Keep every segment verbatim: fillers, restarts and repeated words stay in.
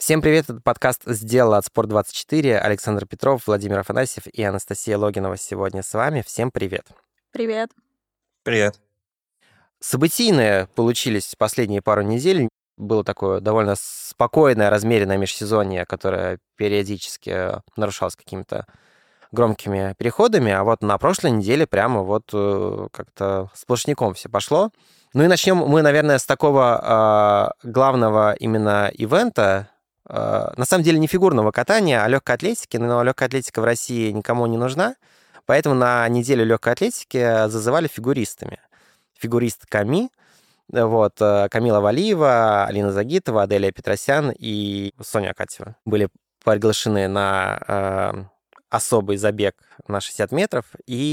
Всем привет, это подкаст «Сделала» от спорт двадцать четыре. Александр Петров, Владимир Афанасьев и Анастасия Логинова сегодня с вами. Всем привет. Привет. Привет. Событийные получились последние пару недель. Было такое довольно спокойное, размеренное межсезонье, которое периодически нарушалось какими-то громкими переходами, а вот на прошлой неделе прямо вот как-то сплошняком все пошло. Ну и начнем мы, наверное, с такого э, главного именно ивента, э, на самом деле не фигурного катания, а легкой атлетики, но легкая атлетика в России никому не нужна, поэтому на неделю легкой атлетики зазывали фигуристами. Фигуристками, вот, Камила Валиева, Алина Загитова, Аделия Петросян и Соня Акатьева были приглашены на э, особый забег на шестьдесят метров,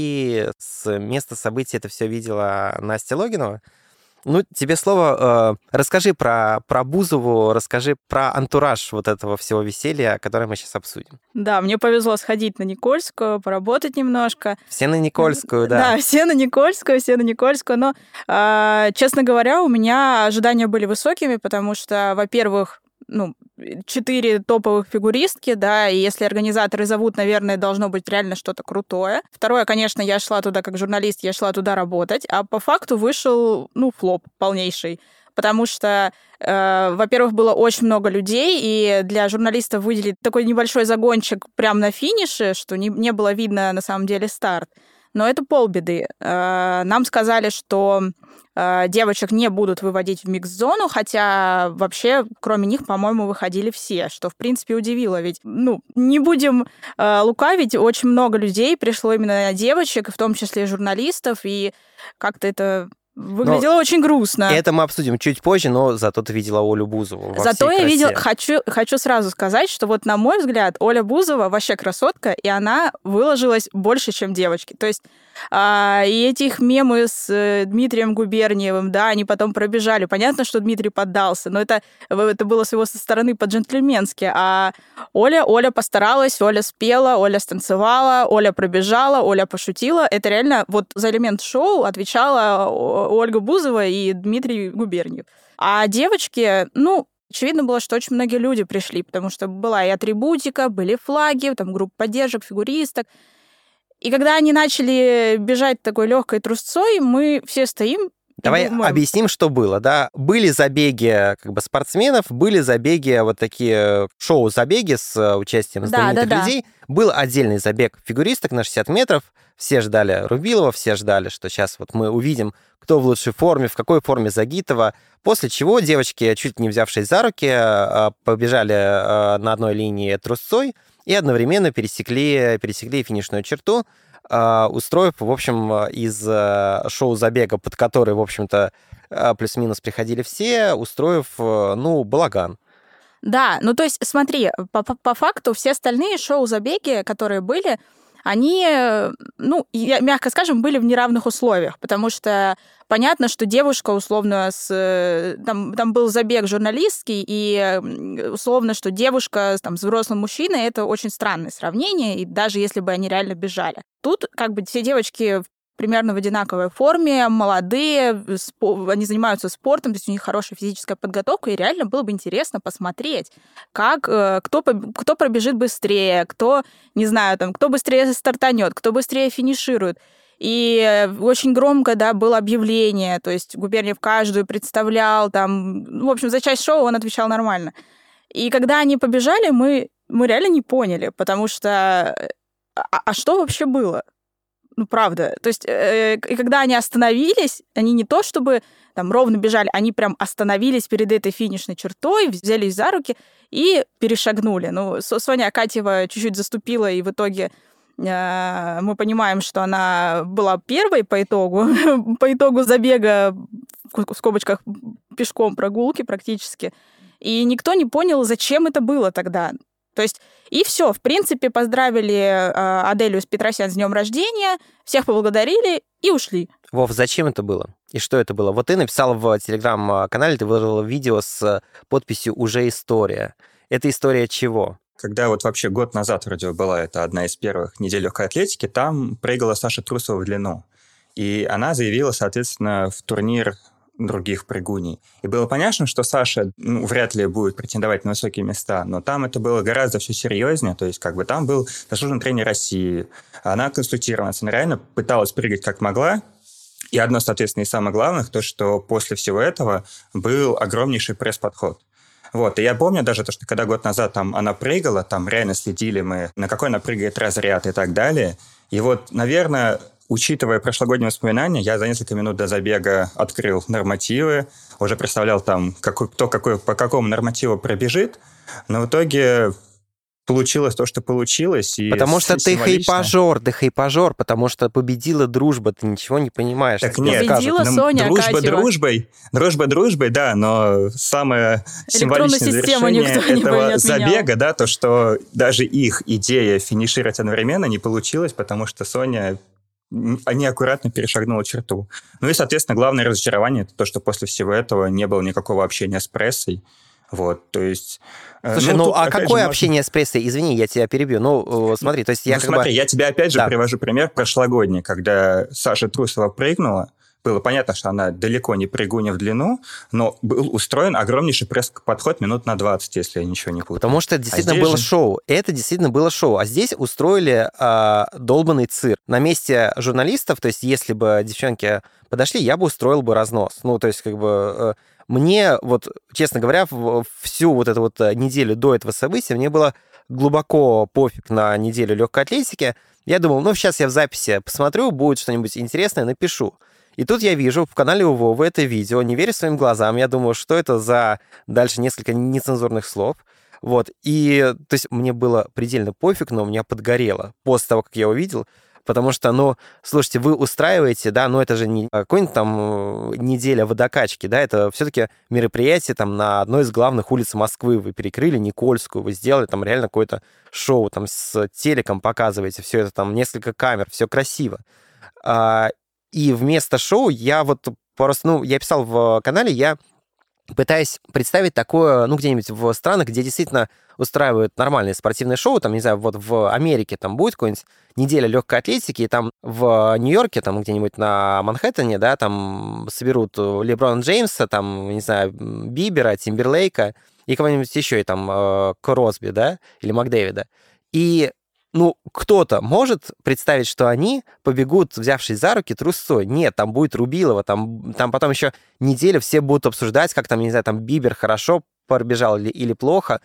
и с места событий это все видела Настя Логинова. Ну, тебе слово. Э, расскажи про, про Бузову, расскажи про антураж вот этого всего веселья, которое мы сейчас обсудим. Да, мне повезло сходить на Никольскую, поработать немножко. Все на Никольскую, да. Да, все на Никольскую, все на Никольскую. Но, э, честно говоря, у меня ожидания были высокими, потому что, во-первых, ну, четыре топовых фигуристки, да, и если организаторы зовут, наверное, должно быть реально что-то крутое. Второе, конечно, я шла туда как журналист, я шла туда работать, а по факту вышел, ну, флоп полнейший. Потому что, э, во-первых, было очень много людей, и для журналистов выделить такой небольшой загончик прямо на финише, что не, не было видно на самом деле старт. Но это полбеды. Э, нам сказали, что э, девочек не будут выводить в микс-зону, хотя вообще, кроме них, по-моему, выходили все, что, в принципе, удивило. Ведь, ну, не будем э, лукавить, очень много людей пришло именно на девочек, в том числе журналистов, и как-то это... Выглядело но очень грустно. Это мы обсудим чуть позже, но зато ты видела Олю Бузову во Зато всей я красе. видела, хочу, хочу сразу сказать, что вот на мой взгляд Оля Бузова вообще красотка, и она выложилась больше, чем девочки. То есть а, и этих мемы с э, Дмитрием Губерниевым, да, они потом пробежали. Понятно, что Дмитрий поддался, но это, это было с его стороны по-джентльменски. А Оля, Оля постаралась, Оля спела, Оля станцевала, Оля пробежала, Оля пошутила. Это реально вот за элемент шоу отвечала Ольга Бузова и Дмитрий Губерниев. А девочки, ну, очевидно было, что очень многие люди пришли, потому что была и атрибутика, были флаги, там группа поддержек, фигуристок. И когда они начали бежать такой легкой трусцой, мы все стоим. Давай думаем... объясним, что было, да. Были забеги как бы спортсменов, были забеги, вот такие шоу-забеги с участием знаменитых да, да, людей. Да. Был отдельный забег фигуристок на шестьдесят метров. Все ждали Рубилова, все ждали, что сейчас вот мы увидим, кто в лучшей форме, в какой форме Загитова. После чего девочки, чуть не взявшись за руки, побежали на одной линии трусцой и одновременно пересекли, пересекли финишную черту, устроив, в общем, из шоу-забега, под который, в общем-то, плюс-минус приходили все, устроив, ну, балаган. Да, ну то есть смотри, по, по факту все остальные шоу-забеги, которые были, они, ну, мягко скажем, были в неравных условиях, потому что понятно, что девушка условно с... Там, там был забег журналистский, и условно, что девушка там, с взрослым мужчиной — это очень странное сравнение, и даже если бы они реально бежали. Тут как бы все девочки примерно в одинаковой форме, молодые, они занимаются спортом, то есть у них хорошая физическая подготовка, и реально было бы интересно посмотреть, как, кто, кто пробежит быстрее, кто, не знаю, там, кто быстрее стартанет, кто быстрее финиширует. И очень громко, да, было объявление, то есть Губерниев каждую представлял, там, ну, в общем, за часть шоу он отвечал нормально. И когда они побежали, мы, мы реально не поняли, потому что... А, а что вообще было? Ну, правда. То есть, э, и когда они остановились, они не то чтобы там ровно бежали, они прям остановились перед этой финишной чертой, взялись за руки и перешагнули. Ну, Соня Акатьева чуть-чуть заступила, и в итоге э, мы понимаем, что она была первой по итогу, по итогу забега, в скобочках, пешком прогулки практически. И никто не понял, зачем это было тогда. То есть, и все, в принципе, поздравили э, Аделию с Петросян с днем рождения, всех поблагодарили и ушли. Вов, зачем это было? И что это было? Вот ты написал в телеграм-канале, ты выложил видео с подписью «Уже история». Это история чего? Когда вот вообще год назад вроде была это одна из первых недель легкой атлетики, там прыгала Саша Трусова в длину. И она заявила, соответственно, в турнир других прыгуней. И было понятно, что Саша ну, вряд ли будет претендовать на высокие места, но там это было гораздо все серьезнее, то есть как бы там был заслуженный тренер России, она консультировалась, она реально пыталась прыгать как могла. И одно, соответственно, из самых главных, то, что после всего этого был огромнейший пресс-подход. Вот, и я помню даже то, что когда год назад там она прыгала, там реально следили мы, на какой она прыгает разряд и так далее. И вот, наверное, учитывая прошлогодние воспоминания, я за несколько минут до забега открыл нормативы, уже представлял там, какой, кто какой, по какому нормативу пробежит, но в итоге получилось то, что получилось. И потому что ты хайпажор, ты хайпажор, потому что победила дружба, ты ничего не понимаешь. Так нет, победила Соня дружба Акатьева. дружбой, дружба дружбой, да, но самое символичное завершение этого забега, да, то, что даже их идея финишировать одновременно не получилась, потому что Соня неаккуратно перешагнула черту. Ну и, соответственно, главное разочарование это то, что после всего этого не было никакого общения с прессой. Вот, то есть... Слушай, ну, ну тут, а какое же, общение можно... с прессой? Извини, я тебя перебью. Ну, смотри, то есть я ну, как смотри, бы... я тебе опять же да. привожу пример прошлогодний, когда Саша Трусова прыгнула, было понятно, что она далеко не прыгуня в длину, но был устроен огромнейший пресс-подход минут на двадцать, если я ничего не путаю. Потому что это действительно а было же... шоу. Это действительно было шоу. А здесь устроили а, долбанный цирк. На месте журналистов, то есть если бы девчонки подошли, я бы устроил бы разнос. Ну, то есть как бы... Мне, вот, честно говоря, всю вот эту вот неделю до этого события мне было глубоко пофиг на неделю легкой атлетики. Я думал, ну, сейчас я в записи посмотрю, будет что-нибудь интересное, напишу. И тут я вижу в канале у Вовы это видео, не верю своим глазам. Я думаю, что это за дальше несколько нецензурных слов. Вот. И, то есть, мне было предельно пофиг, но у меня подгорело после того, как я увидел. Потому что, ну, слушайте, вы устраиваете, да, но это же не какой-нибудь там неделя водокачки, да, это все-таки мероприятие там на одной из главных улиц Москвы. Вы перекрыли Никольскую, вы сделали там реально какое-то шоу, там с телеком показываете, все это там, несколько камер, все красиво. И вместо шоу я вот просто, ну, я писал в канале, я пытаюсь представить такое, ну, где-нибудь в странах, где действительно устраивают нормальные спортивные шоу, там, не знаю, вот в Америке там будет какая-нибудь неделя легкой атлетики, и там в Нью-Йорке, там где-нибудь на Манхэттене, да, там соберут Леброна Джеймса, там, не знаю, Бибера, Тимберлейка и кого-нибудь еще, и там Кросби, да, или Макдэвида. И ну, кто-то может представить, что они побегут, взявшись за руки, трусцой. Нет, там будет Рубилова, там, там потом еще неделю все будут обсуждать, как там, не знаю, там Бибер хорошо пробежал или, или плохо.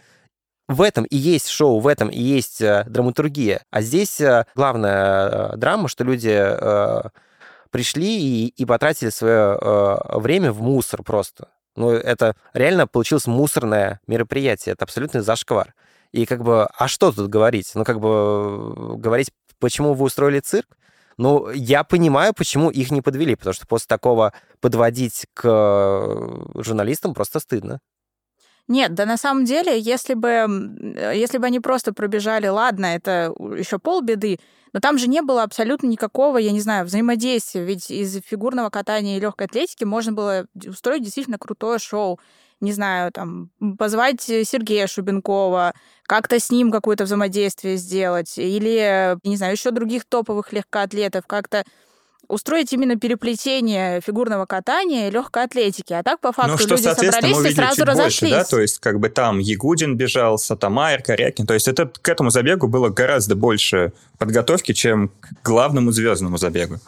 В этом и есть шоу, в этом и есть э, драматургия. А здесь э, главная э, драма, что люди э, пришли и, и потратили свое э, время в мусор просто. Ну, это реально получилось мусорное мероприятие. Это абсолютный зашквар. И как бы, а что тут говорить? Ну, как бы говорить, почему вы устроили цирк? Ну, я понимаю, почему их не подвели, потому что после такого подводить к журналистам просто стыдно. Нет, да на самом деле, если бы, если бы они просто пробежали, ладно, это еще полбеды, но там же не было абсолютно никакого, я не знаю, взаимодействия, ведь из фигурного катания и легкой атлетики можно было устроить действительно крутое шоу. Не знаю, там, позвать Сергея Шубенкова, как-то с ним какое-то взаимодействие сделать, или, не знаю, еще других топовых легкоатлетов, как-то устроить именно переплетение фигурного катания и легкой атлетики. А так, по факту, ну, что, люди собрались и сразу разошлись. Больше, да? То есть, как бы там Ягудин бежал, Сатамайер, Корякин. То есть, это, к этому забегу было гораздо больше подготовки, чем к главному звездному забегу.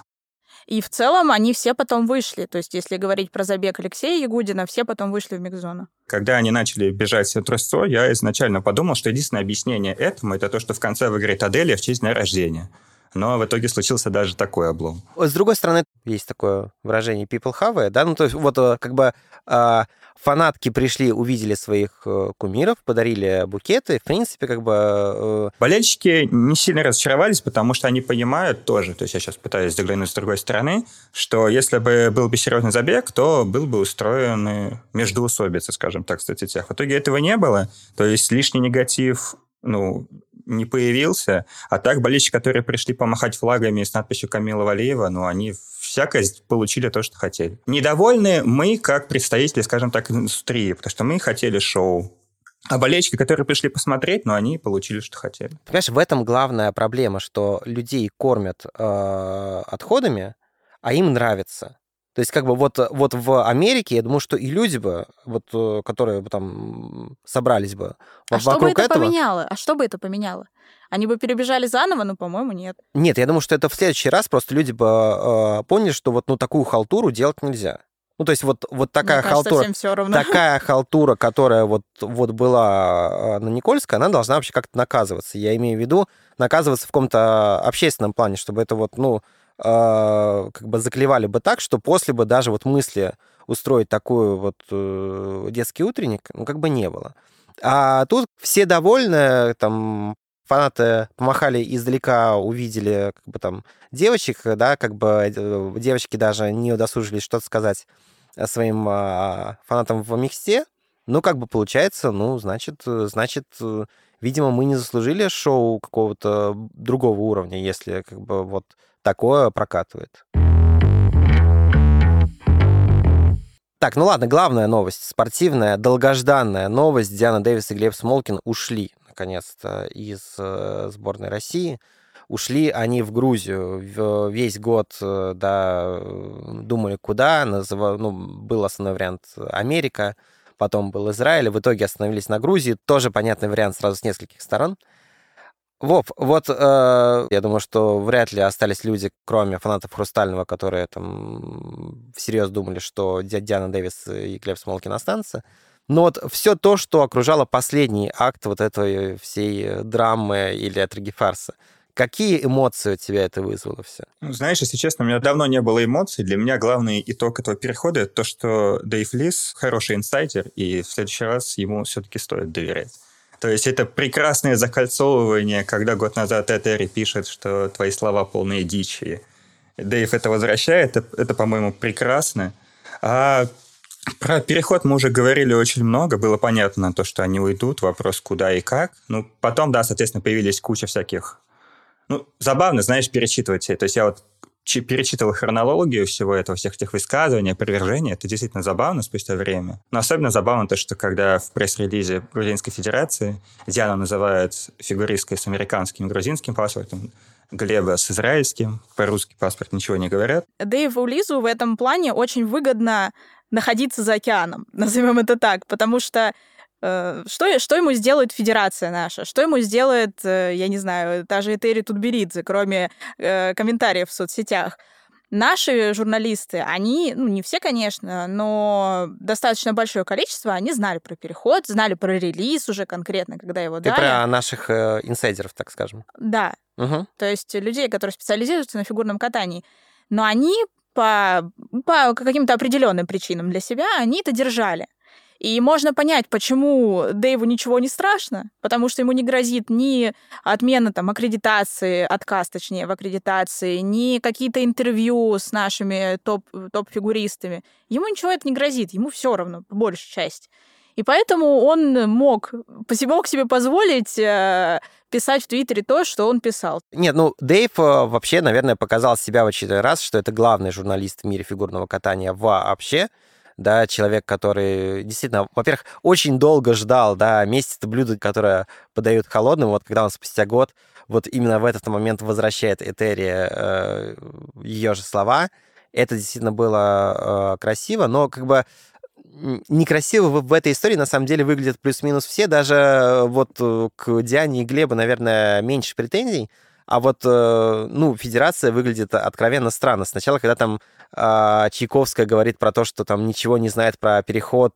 И в целом они все потом вышли. То есть, если говорить про забег Алексея Ягудина, все потом вышли в микс-зону. Когда они начали бежать трусцой, я изначально подумал, что единственное объяснение этому — это то, что в конце выиграет Аделия в честь дня рождения. Но в итоге случился даже такой облом. С другой стороны, есть такое выражение people have it, да, ну то есть вот как бы э, фанатки пришли, увидели своих э, кумиров, подарили букеты, в принципе, как бы... Э... Болельщики не сильно разочаровались, потому что они понимают тоже, то есть я сейчас пытаюсь заглянуть с другой стороны, что если бы был бы серьезный забег, то был бы устроен междоусобица, скажем так, в соцсетях. В итоге этого не было, то есть лишний негатив, ну... не появился. А так болельщики, которые пришли помахать флагами с надписью Камила Валиева, ну, они всякое получили то, что хотели. Недовольны мы, как представители, скажем так, индустрии, потому что мы хотели шоу. А болельщики, которые пришли посмотреть, ну, они получили, что хотели. Понимаешь, в этом главная проблема, что людей кормят э, отходами, а им нравится. То есть как бы вот, вот в Америке, я думаю, что и люди бы, вот, которые бы там собрались бы А вокруг что бы это этого... поменяло? А что бы это поменяло? Они бы перебежали заново? Ну, по-моему, нет. Нет, я думаю, что это в следующий раз просто люди бы э, поняли, что вот ну, такую халтуру делать нельзя. Ну, то есть вот, вот такая Мне кажется, халтура... всем всё равно. Такая халтура, которая вот, вот была на Никольской, она должна вообще как-то наказываться. Я имею в виду наказываться в каком-то общественном плане, чтобы это вот, ну, э, как бы заклевали бы так, что после бы даже вот мысли устроить такой вот э, детский утренник, ну, как бы не было. А тут все довольны, там, фанаты помахали издалека, увидели как бы там девочек, да, как бы девочки даже не удосужились что-то сказать своим а, фанатам в миксте. Ну, как бы получается, ну, значит, значит, видимо, мы не заслужили шоу какого-то другого уровня, если как бы вот такое прокатывает. Так, ну ладно, главная новость, спортивная, долгожданная новость. Диана Дэвис и Глеб Смолкин ушли, наконец-то, из э, сборной России. Ушли они в Грузию. В, весь год, да, думали, куда. Назыв... Ну, был основной вариант Америка, потом был Израиль. В итоге остановились на Грузии. Тоже понятный вариант сразу с нескольких сторон. Вов, вот э, я думаю, что вряд ли остались люди, кроме фанатов «Хрустального», которые там всерьез думали, что Диана Дэвис и Глеб Смолкин останутся. Но вот все то, что окружало последний акт вот этой всей драмы или трагефарса, какие эмоции у тебя это вызвало все? Ну, знаешь, если честно, у меня давно не было эмоций. Для меня главный итог этого перехода — это то, что Дэйв Лис хороший инсайдер, и в следующий раз ему все-таки стоит доверять. То есть это прекрасное закольцовывание, когда год назад Этери пишет, что твои слова полные дичи. Дэйв это возвращает, это, это, по-моему, прекрасно. А про переход мы уже говорили очень много, было понятно то, что они уйдут, вопрос куда и как. Ну, потом, да, соответственно, появились куча всяких... Ну, забавно, знаешь, перечитывать. То есть я вот перечитывал хронологию всего этого, всех этих высказываний, опровержений. Это действительно забавно спустя время. Но особенно забавно то, что когда в пресс-релизе Грузинской Федерации Диану называют фигуристкой с американским и грузинским паспортом, Глеба с израильским, по-русски паспорт ничего не говорят. Дэйву Лизу в этом плане очень выгодно находиться за океаном, назовем это так, потому что э, что, что ему сделает федерация наша? Что ему сделает, э, я не знаю, та же Этери Тутберидзе, кроме э, комментариев в соцсетях? Наши журналисты, они, ну, не все, конечно, но достаточно большое количество, они знали про переход, знали про релиз уже конкретно, когда его Ты дали. про наших э, инсайдеров, так скажем. Да. Угу. То есть людей, которые специализируются на фигурном катании. Но они по, по каким-то определенным причинам для себя, они это держали. И можно понять, почему Дэйву ничего не страшно, потому что ему не грозит ни отмена там, аккредитации, отказ, точнее, в аккредитации, ни какие-то интервью с нашими топ, топ-фигуристами. Ему ничего это не грозит, ему все равно, по большей части. И поэтому он мог, мог себе позволить э, писать в Твиттере то, что он писал. Нет, ну, Дэйв вообще, наверное, показал себя в очередной раз, что это главный журналист в мире фигурного катания вообще. Да, человек, который действительно, во-первых, очень долго ждал, да, месяц это блюдо, которое подают холодным, вот когда он спустя год вот именно в этот момент возвращает Этери э, ее же слова, это действительно было э, красиво, но как бы некрасиво в, в этой истории на самом деле выглядят плюс-минус все, даже вот к Диане и Глебу, наверное, меньше претензий, а вот, ну, федерация выглядит откровенно странно. Сначала, когда там э, Чайковская говорит про то, что там ничего не знает про переход,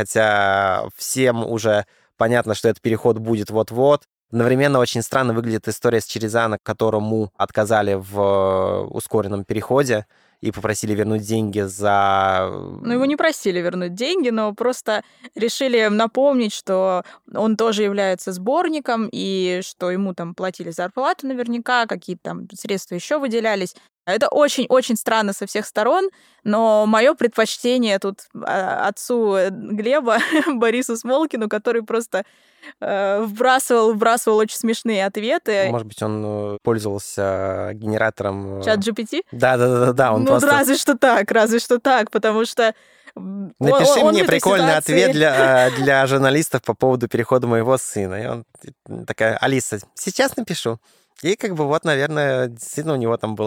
хотя всем уже понятно, что этот переход будет вот-вот. Одновременно очень странно выглядит история с Черезано, которому отказали в ускоренном переходе и попросили вернуть деньги за... Ну, его не просили вернуть деньги, но просто решили напомнить, что он тоже является сборником, и что ему там платили зарплату наверняка, какие-то там средства еще выделялись. Это очень-очень странно со всех сторон, но мое предпочтение тут отцу Глеба, Борису Смолкину, который просто э, вбрасывал, вбрасывал очень смешные ответы. Может быть, он пользовался генератором... Чат джи пи ти? Да-да-да, он ну, просто... разве что так, разве что так, потому что... Напиши он, он мне прикольный ситуации... ответ для, для журналистов по поводу перехода моего сына. И он такая: Алиса, сейчас напишу. И как бы вот, наверное, действительно у него там был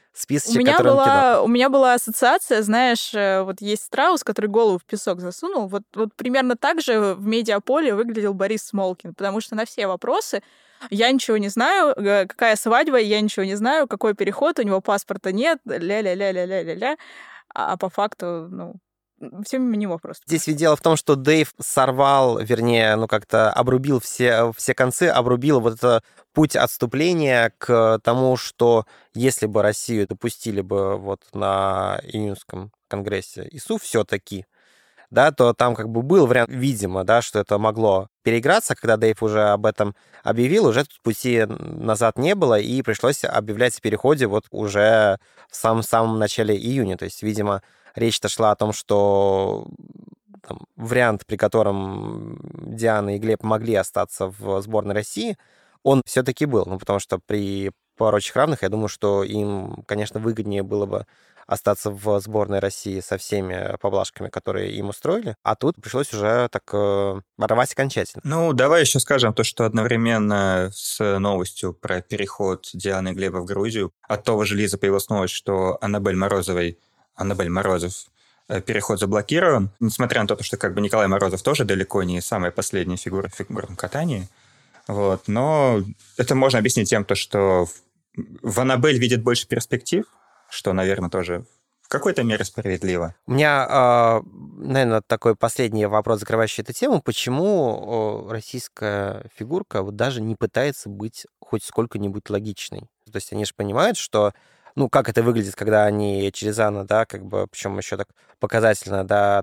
списочек, у меня который он была, кидал. У меня была ассоциация, знаешь, вот есть страус, который голову в песок засунул. Вот, вот примерно так же в медиаполе выглядел Борис Смолкин, потому что на все вопросы я ничего не знаю, какая свадьба, я ничего не знаю, какой переход, у него паспорта нет, ля-ля-ля-ля-ля-ля-ля. А по факту, ну, все мимо него просто. Здесь ведь дело в том, что Дэйв сорвал, вернее, ну как-то обрубил все, все концы, обрубил вот это путь отступления к тому, что если бы Россию допустили бы вот на июньском конгрессе ИСУ все-таки, да, то там как бы был вариант, видимо, да, что это могло переиграться, когда Дэйв уже об этом объявил, уже тут пути назад не было, и пришлось объявлять о переходе вот уже в самом-самом начале июня. То есть, видимо, речь-то шла о том, что там, вариант, при котором Диана и Глеб могли остаться в сборной России, он все-таки был. Ну, потому что при прочих равных, я думаю, что им, конечно, выгоднее было бы остаться в сборной России со всеми поблажками, которые им устроили. А тут пришлось уже так э, рвать окончательно. Ну, давай еще скажем то, что одновременно с новостью про переход Дианы и Глеба в Грузию от того же Лиза появилась новость, что Аннабель Морозовой, Аннабель Морозов переход заблокирован. Несмотря на то, что как бы Николай Морозов тоже далеко не самая последняя фигура в фигурном катании. Вот. Но это можно объяснить тем, то, что в Аннабель видит больше перспектив, что, наверное, тоже в какой-то мере справедливо. У меня, наверное, такой последний вопрос, закрывающий эту тему. Почему российская фигурка вот даже не пытается быть хоть сколько-нибудь логичной? То есть они же понимают, что, ну, как это выглядит, когда они Черезана, да, как бы, причем еще так показательно, да,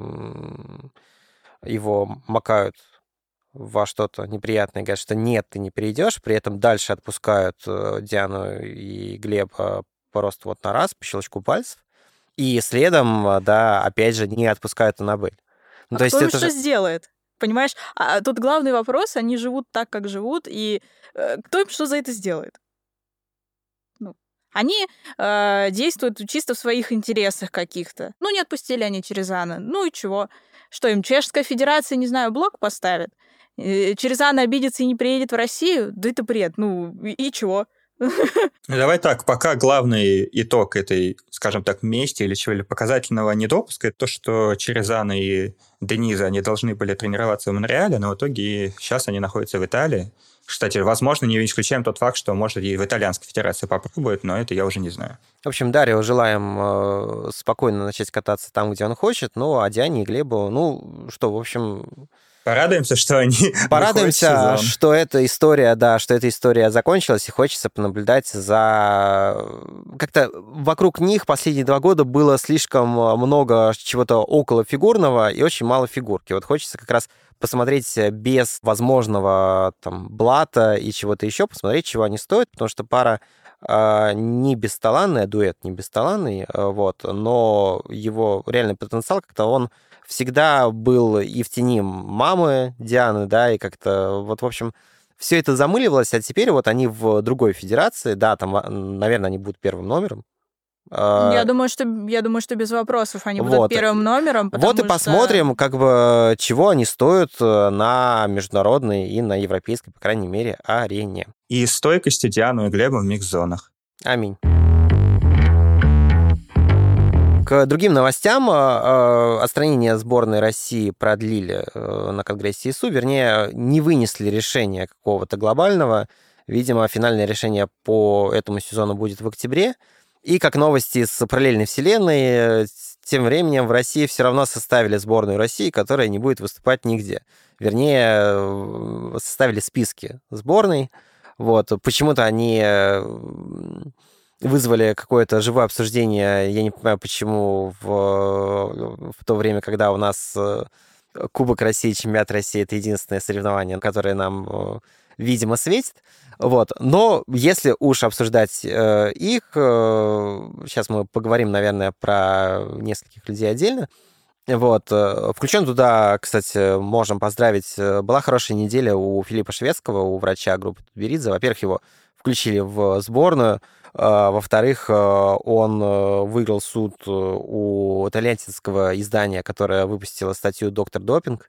там его макают во что-то неприятное, говорят, что нет, ты не перейдешь, при этом дальше отпускают Диану и Глеба просто вот на раз, по щелчку пальцев, и следом, да, опять же, не отпускают Аннабель. Ну, а то есть кто им это что же... сделает? Понимаешь? А тут главный вопрос, они живут так, как живут, и э, кто им что за это сделает? Ну, они э, действуют чисто в своих интересах каких-то. Ну, не отпустили они Черезана. Ну и чего? Что им, Чешская Федерация, не знаю, блок поставит? Черезана обидится и не приедет в Россию? Да это бред. Ну, и, и чего? Давай так, пока главный итог этой, скажем так, мести или чего-либо показательного недопуска, это то, что Черезана и Дениза, они должны были тренироваться в Монреале, но в итоге сейчас они находятся в Италии. Кстати, возможно, не исключаем тот факт, что, может, и в Итальянской Федерации попробуют, но это я уже не знаю. В общем, Дарью желаем э, спокойно начать кататься там, где он хочет, ну, а Диане и Глебу, ну, что, в общем... Порадуемся, что они Порадуемся, что эта история, да, что эта история закончилась, и хочется понаблюдать за... Как-то вокруг них последние два года было слишком много чего-то околофигурного и очень мало фигурки. Вот хочется как раз посмотреть без возможного там блата и чего-то еще, посмотреть, чего они стоят, потому что пара э, не бесталанная, дуэт не бесталанный, э, вот, но его реальный потенциал как-то он всегда был и в тени мамы Дианы, да, и как-то вот, в общем, все это замыливалось, а теперь вот они в другой федерации, да, там, наверное, они будут первым номером. Я думаю, что, я думаю, что без вопросов они вот. будут первым номером. Вот и что... посмотрим, как бы, чего они стоят на международной и на европейской, по крайней мере, арене. И стойкости Диану и Глеба в микс-зонах. Аминь. К другим новостям. Отстранение сборной России продлили на Конгрессе ИСУ, вернее, не вынесли решения какого-то глобального. Видимо, финальное решение по этому сезону будет в октябре. И как новости с параллельной вселенной, тем временем в России все равно составили сборную России, которая не будет выступать нигде. Вернее, составили списки сборной. Вот. Почему-то они вызвали какое-то живое обсуждение. Я не понимаю, почему в, в то время, когда у нас Кубок России, Чемпионат России — это единственное соревнование, которое нам, видимо, светит. Вот. Но если уж обсуждать э, их, э, сейчас мы поговорим, наверное, про нескольких людей отдельно. Вот. Включен туда, кстати, можем поздравить, была хорошая неделя у Филиппа Шведского, у врача группы Тутберидзе. Во-первых, его включили в сборную. Во-вторых, он выиграл суд у итальянского издания, которое выпустило статью «Доктор Допинг».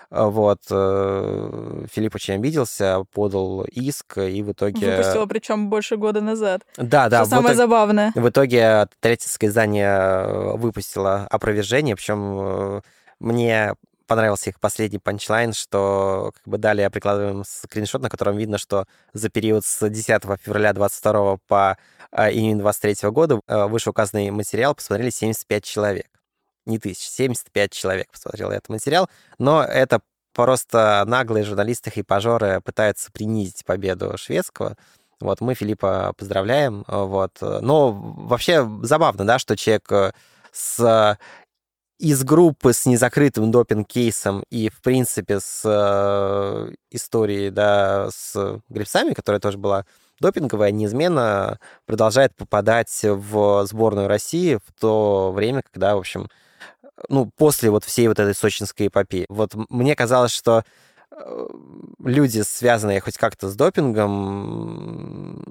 Вот. Филипп очень обиделся, подал иск, и в итоге... Выпустила, причем больше года назад. Да, да. Что самое итоге... забавное. В итоге третье издание выпустило опровержение, причем мне понравился их последний панчлайн, что как бы далее прикладываем скриншот, на котором видно, что за период с десятого февраля двадцать второго по июнь двадцать третьего года вышеуказанный материал посмотрели семьдесят пять человек. Не тысяч, семьдесят пять человек посмотрел этот материал, но это просто наглые журналисты и пажоры пытаются принизить победу шведского. Вот, мы Филиппа поздравляем, вот. Но вообще забавно, да, что человек с... из группы с незакрытым допинг-кейсом и, в принципе, с э, историей, да, с гребцами, которая тоже была допинговая, неизменно продолжает попадать в сборную России в то время, когда, в общем, ну, после вот всей вот этой сочинской эпопеи. Вот мне казалось, что люди, связанные хоть как-то с допингом,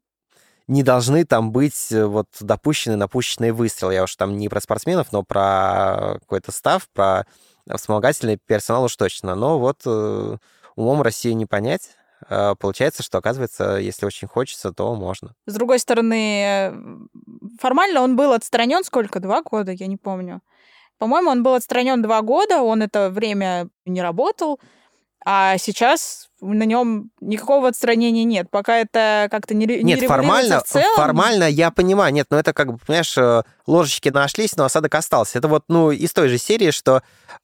не должны там быть вот допущены напущенные выстрелы. Я уж там не про спортсменов, но про какой-то став, про вспомогательный персонал уж точно. Но вот э, умом Россию не понять. Э, получается, что, оказывается, если очень хочется, то можно. С другой стороны, формально он был отстранен сколько? Два года? Я не помню. По-моему, он был отстранен два года, он это время не работал, а сейчас на нем никакого отстранения нет, пока это как-то не, не нет, формально, в целом. Формально я понимаю, нет, но это как бы, понимаешь, ложечки нашлись, но осадок остался. Это вот, ну, из той же серии, что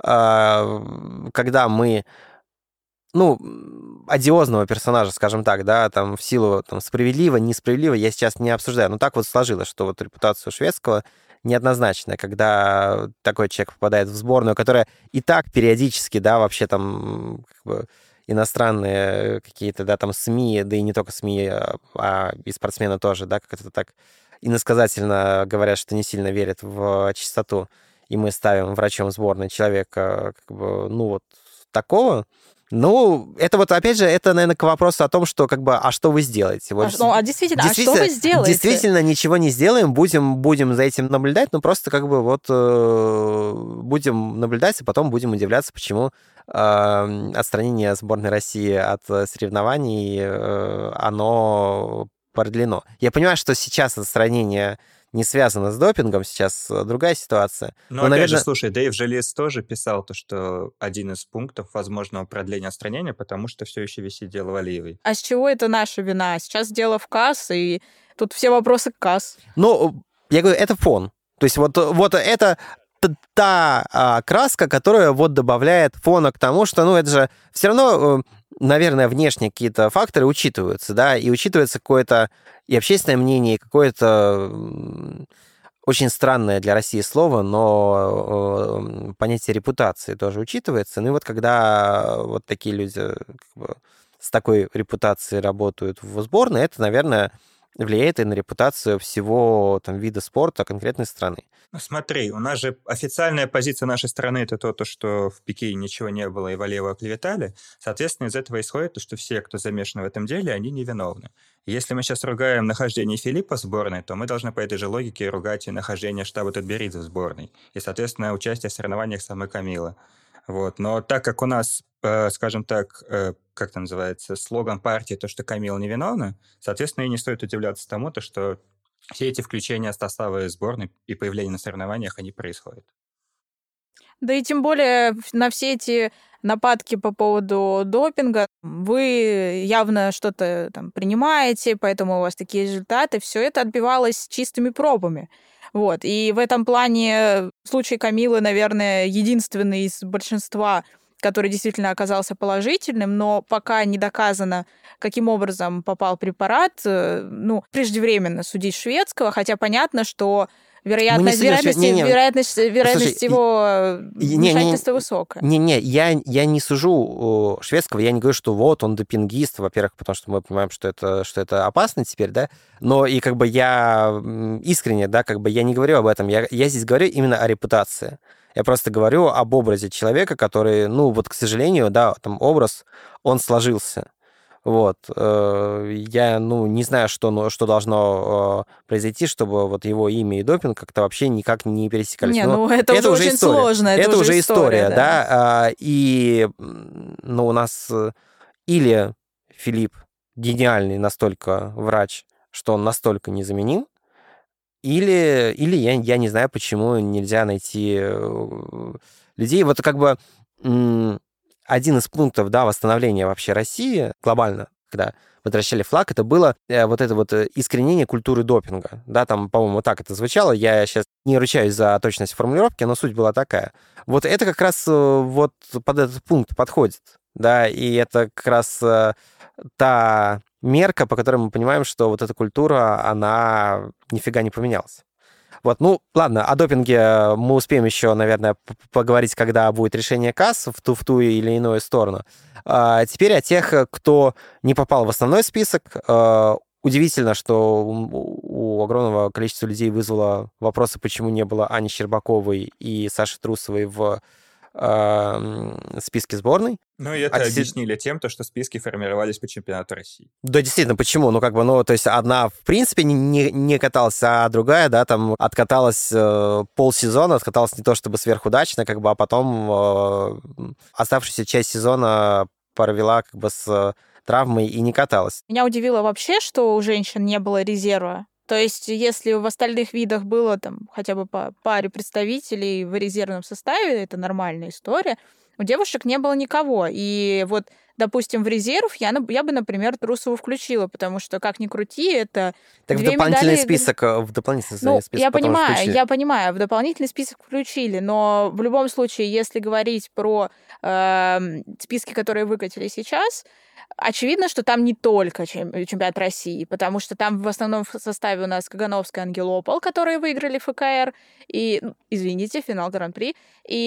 э, когда мы, ну, одиозного персонажа, скажем так, да, там, в силу там, справедливо, несправедливо, я сейчас не обсуждаю, но так вот сложилось, что вот репутацию шведского неоднозначная, когда такой человек попадает в сборную, которая и так периодически, да, вообще там как бы иностранные какие-то, да, там СМИ, да и не только СМИ, а и спортсмены тоже, да, как это так иносказательно говорят, что не сильно верят в чистоту, и мы ставим врачом сборной человека, как бы, ну, вот такого. Ну, это вот, опять же, это, наверное, к вопросу о том, что, как бы, а что вы сделаете? Вот, а, ну, а действительно, действительно, а что вы сделаете? Действительно, ничего не сделаем, будем, будем за этим наблюдать, но просто, как бы, вот, э, будем наблюдать, а потом будем удивляться, почему э, отстранение сборной России от соревнований, э, оно продлено. Я понимаю, что сейчас отстранение не связано с допингом, сейчас другая ситуация. Но, но опять наверное... же, слушай, Дэйв Желез тоже писал то, что один из пунктов возможного продления отстранения, потому что все еще висит дело Валиевой. А с чего это наша вина? Сейчас дело в КАС, и тут все вопросы к КАС. Ну, я говорю, это фон. То есть вот, вот это та а, краска, которая вот добавляет фона к тому, что, ну, это же все равно, наверное, внешние какие-то факторы учитываются, да, и учитывается какое-то и общественное мнение, и какое-то очень странное для России слово, но понятие репутации тоже учитывается. Ну и вот когда вот такие люди как бы, с такой репутацией работают в сборной, это, наверное, влияет и на репутацию всего там, вида спорта конкретной страны. Ну смотри, у нас же официальная позиция нашей страны это то, то, что в Пекине ничего не было и Валиева оклеветали. Соответственно, из этого исходит то, что все, кто замешан в этом деле, они невиновны. Если мы сейчас ругаем нахождение Филиппа в сборной, то мы должны по этой же логике ругать и нахождение штаба Тутберидзе в сборной. И, соответственно, участие в соревнованиях самой Камилы. Вот. Но так как у нас, э, скажем так, э, как это называется, слоган партии, то, что Камила невиновна, соответственно, и не стоит удивляться тому, то, что все эти включения составы сборной и появления на соревнованиях, они происходят. Да и тем более на все эти нападки по поводу допинга вы явно что-то там принимаете, поэтому у вас такие результаты. Все это отбивалось чистыми пробами. Вот. И в этом плане случай Камилы, наверное, единственный из большинства, который действительно оказался положительным, но пока не доказано, каким образом попал препарат, ну, преждевременно судить шведского, хотя понятно, что вероятность, вероятность, не, не, вероятность, вероятность Слушай, его вмешательства высокая. Не-не, я, я не сужу шведского, я не говорю, что вот он допингист, во-первых, потому что мы понимаем, что это, что это опасно теперь, да, но и как бы я искренне, да, как бы я не говорю об этом, я, я здесь говорю именно о репутации. Я просто говорю об образе человека, который, ну, вот, к сожалению, да, там образ, он сложился. Вот. Я, ну, не знаю, что, что должно произойти, чтобы вот его имя и допинг как-то вообще никак не пересекались. Не, Но ну это, это уже очень история. сложно. Это, это уже уже история, история, да. да. И, ну, у нас или Филипп гениальный настолько врач, что он настолько незаменим, или, или я, я не знаю, почему нельзя найти людей. Вот как бы один из пунктов, да, восстановления вообще России глобально, когда возвращали флаг, это было э, вот это вот искоренение культуры допинга. Да, там, по-моему, так это звучало. Я сейчас не ручаюсь за точность формулировки, но суть была такая. Вот это как раз вот под этот пункт подходит. Да, и это как раз э, та мерка, по которой мы понимаем, что вот эта культура, она нифига не поменялась. Вот, ну, ладно, о допинге мы успеем еще, наверное, поговорить, когда будет решение КАС в ту, в ту или иную сторону. А теперь о тех, кто не попал в основной список. Удивительно, что у огромного количества людей вызвало вопросы, почему не было Ани Щербаковой и Саши Трусовой в списке сборной. Ну, и это а объяснили десят... тем, то, что списки формировались по чемпионату России. Да, действительно, почему? Ну, как бы, ну, то есть одна, в принципе, не, не каталась, а другая, да, там, откаталась э, полсезона, откаталась не то чтобы сверхудачно, как бы, а потом э, оставшуюся часть сезона провела, как бы, с травмой и не каталась. Меня удивило вообще, что у женщин не было резерва. То есть, если в остальных видах было там хотя бы по паре представителей в резервном составе, это нормальная история, у девушек не было никого. И вот, допустим, в резерв я, я бы, например, Трусову включила, потому что, как ни крути, это так две в дополнительный медали... список, в дополнительный ну, список я понимаю, включили. я понимаю, в дополнительный список включили, но в любом случае, если говорить про э, списки, которые выкатили сейчас, очевидно, что там не только чемпионат России, потому что там в основном в составе у нас Кагановская и Ангелопол, которые выиграли ФКР, и, извините, финал Гран-при,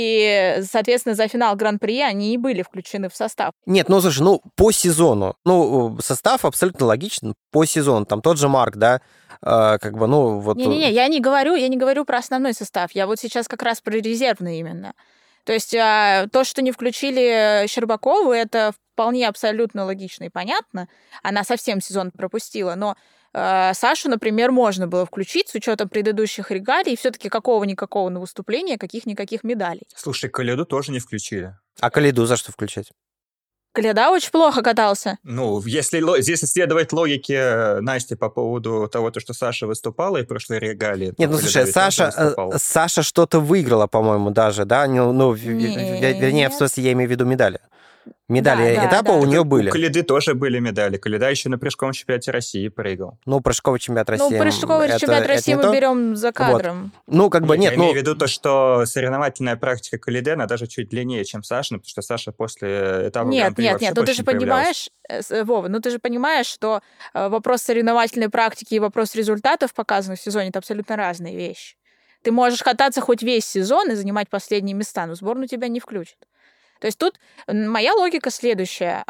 и, соответственно, за финал Гран-при они и были включены в состав. Нет, ну, слушай, ну, по сезону, ну, состав абсолютно логичен, по сезону, там тот же Марк, да, э, как бы, ну, вот... Не-не-не, я не говорю, я не говорю про основной состав, я вот сейчас как раз про резервный именно. То есть то, что не включили Щербакову, это вполне абсолютно логично и понятно. Она совсем сезон пропустила, но э, Сашу, например, можно было включить с учетом предыдущих регалий и все-таки какого-никакого на выступления, каких-никаких медалей. Слушай, Коляду тоже не включили. А Коляду за что включать? Коляда очень плохо катался. Ну, если здесь следовать логике Насти по поводу того, что Саша выступала и прошлой регалии... Нет, ну, слушай, Саша, Саша что-то выиграла, по-моему, даже, да? Ну, ну вернее, в смысле, я имею в виду медали. Медали да, этапа да, у да. нее были. У Коляды тоже были медали. Коляда еще на прыжковом чемпионате России прыгал. Ну, прыжковый чемпионат России... Ну, прыжковый это, чемпионат это России мы то? берем за кадром. Вот. Ну, как бы нет, нет ну... Я имею в виду то, что соревновательная практика Коляды, она даже чуть длиннее, чем Саша, потому что Саша после этапа Нет, Гран-при нет, нет, ну ты же понимаешь, Вова, ну ты же понимаешь, что вопрос соревновательной практики и вопрос результатов, показанных в сезоне, это абсолютно разные вещи. Ты можешь кататься хоть весь сезон и занимать последние места, но сборную тебя не включат. То есть тут моя логика следующая.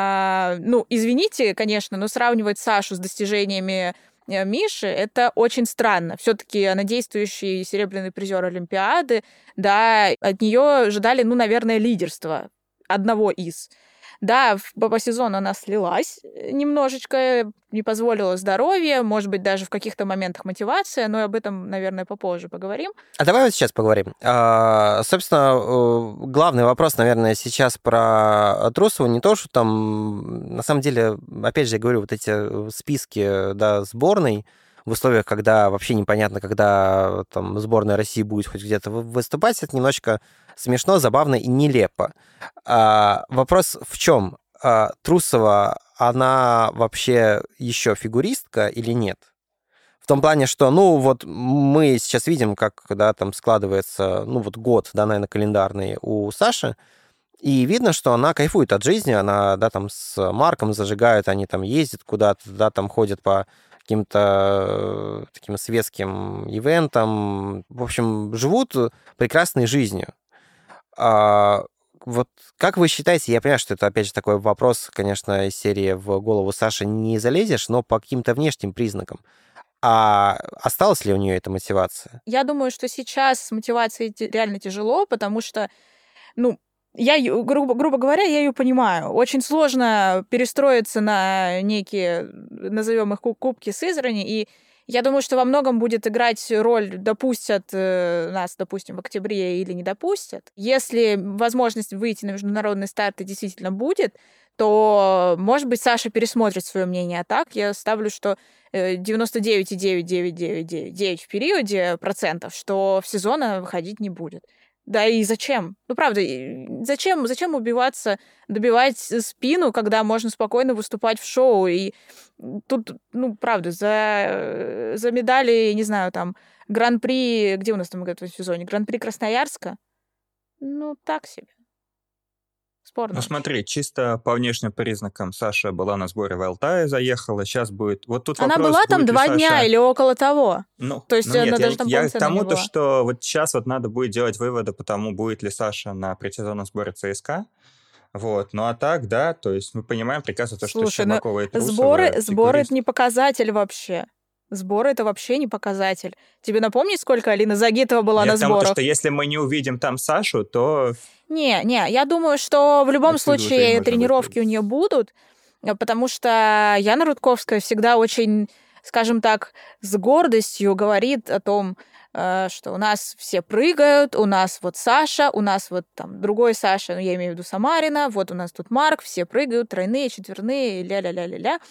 А, ну, извините, конечно, но сравнивать Сашу с достижениями Миши — это очень странно. Все-таки она действующий серебряный призер Олимпиады, да, от нее ожидали, ну, наверное, лидерства одного из. Да, по сезону она слилась немножечко, не позволила здоровье, может быть, даже в каких-то моментах мотивация, но об этом, наверное, попозже поговорим. А давай вот сейчас поговорим. А, собственно, главный вопрос, наверное, сейчас про Трусову не то, что там, на самом деле, опять же, я говорю, вот эти списки, да, сборной, в условиях, когда вообще непонятно, когда там сборная России будет хоть где-то выступать, это немножечко смешно, забавно и нелепо. А, вопрос в чем? А, Трусова, она вообще еще фигуристка или нет? В том плане, что, ну, вот мы сейчас видим, как, да, там складывается, ну, вот год, да, наверное, календарный у Саши, и видно, что она кайфует от жизни, она, да, там с Марком зажигают, они там ездят куда-то, да, там ходят по каким-то таким светским ивентам, в общем, живут прекрасной жизнью. А вот как вы считаете, я понимаю, что это, опять же, такой вопрос, конечно, из серии «В голову Саши не залезешь», но по каким-то внешним признакам. А осталась ли у нее эта мотивация? Я думаю, что сейчас с мотивацией реально тяжело, потому что, ну, я, ю- грубо, грубо говоря, я ее понимаю. Очень сложно перестроиться на некие, назовем их ку- кубки Сызрани, и я думаю, что во многом будет играть роль, допустят э, нас, допустим, в октябре или не допустят. Если возможность выйти на международный старт и действительно будет, то, может быть, Саша пересмотрит свое мнение. А так я ставлю, что э, девяносто девять целых девять девять девять девять девять в периоде процентов, что в сезона выходить не будет. Да и зачем? Ну, правда, и зачем, зачем убиваться, добивать спину, когда можно спокойно выступать в шоу? И тут, ну, правда, за, за медали, не знаю, там, Гран-при... Где у нас там в этом сезоне? Гран-при Красноярска? Ну, так себе. Спорно Ну очень. смотри, чисто по внешним признакам Саша была на сборе в Алтае, заехала, сейчас будет... Вот тут Она вопрос, была там будет ли два дня Саша... или около того. Ну, То есть ну нет, она я, даже не- там я к полноценно не тому-то, была. что вот сейчас вот надо будет делать выводы по тому, будет ли Саша на предсезонном сборе ЦСКА. Вот, ну а так, да, то есть мы понимаем прекрасно то, что Слушай, ну Щербакова и Трусова сборы, сборы это фигурист. не показатель вообще. Сборы это вообще не показатель. Тебе напомнить, сколько Алина Загитова была Я на к тому, то, сборах? что если мы не увидим там Сашу, то Не, не, я думаю, что в любом отсюда уже и случае можно тренировки у выводить. нее будут, э, потому что Яна Рудковская всегда очень, скажем так, с гордостью говорит о том, э, что у нас все прыгают, у нас вот Саша, у нас вот там другой Саша, ну, я имею в виду Самарина, вот у нас тут Марк, все прыгают, тройные, четверные, ля-ля-ля-ля-ля.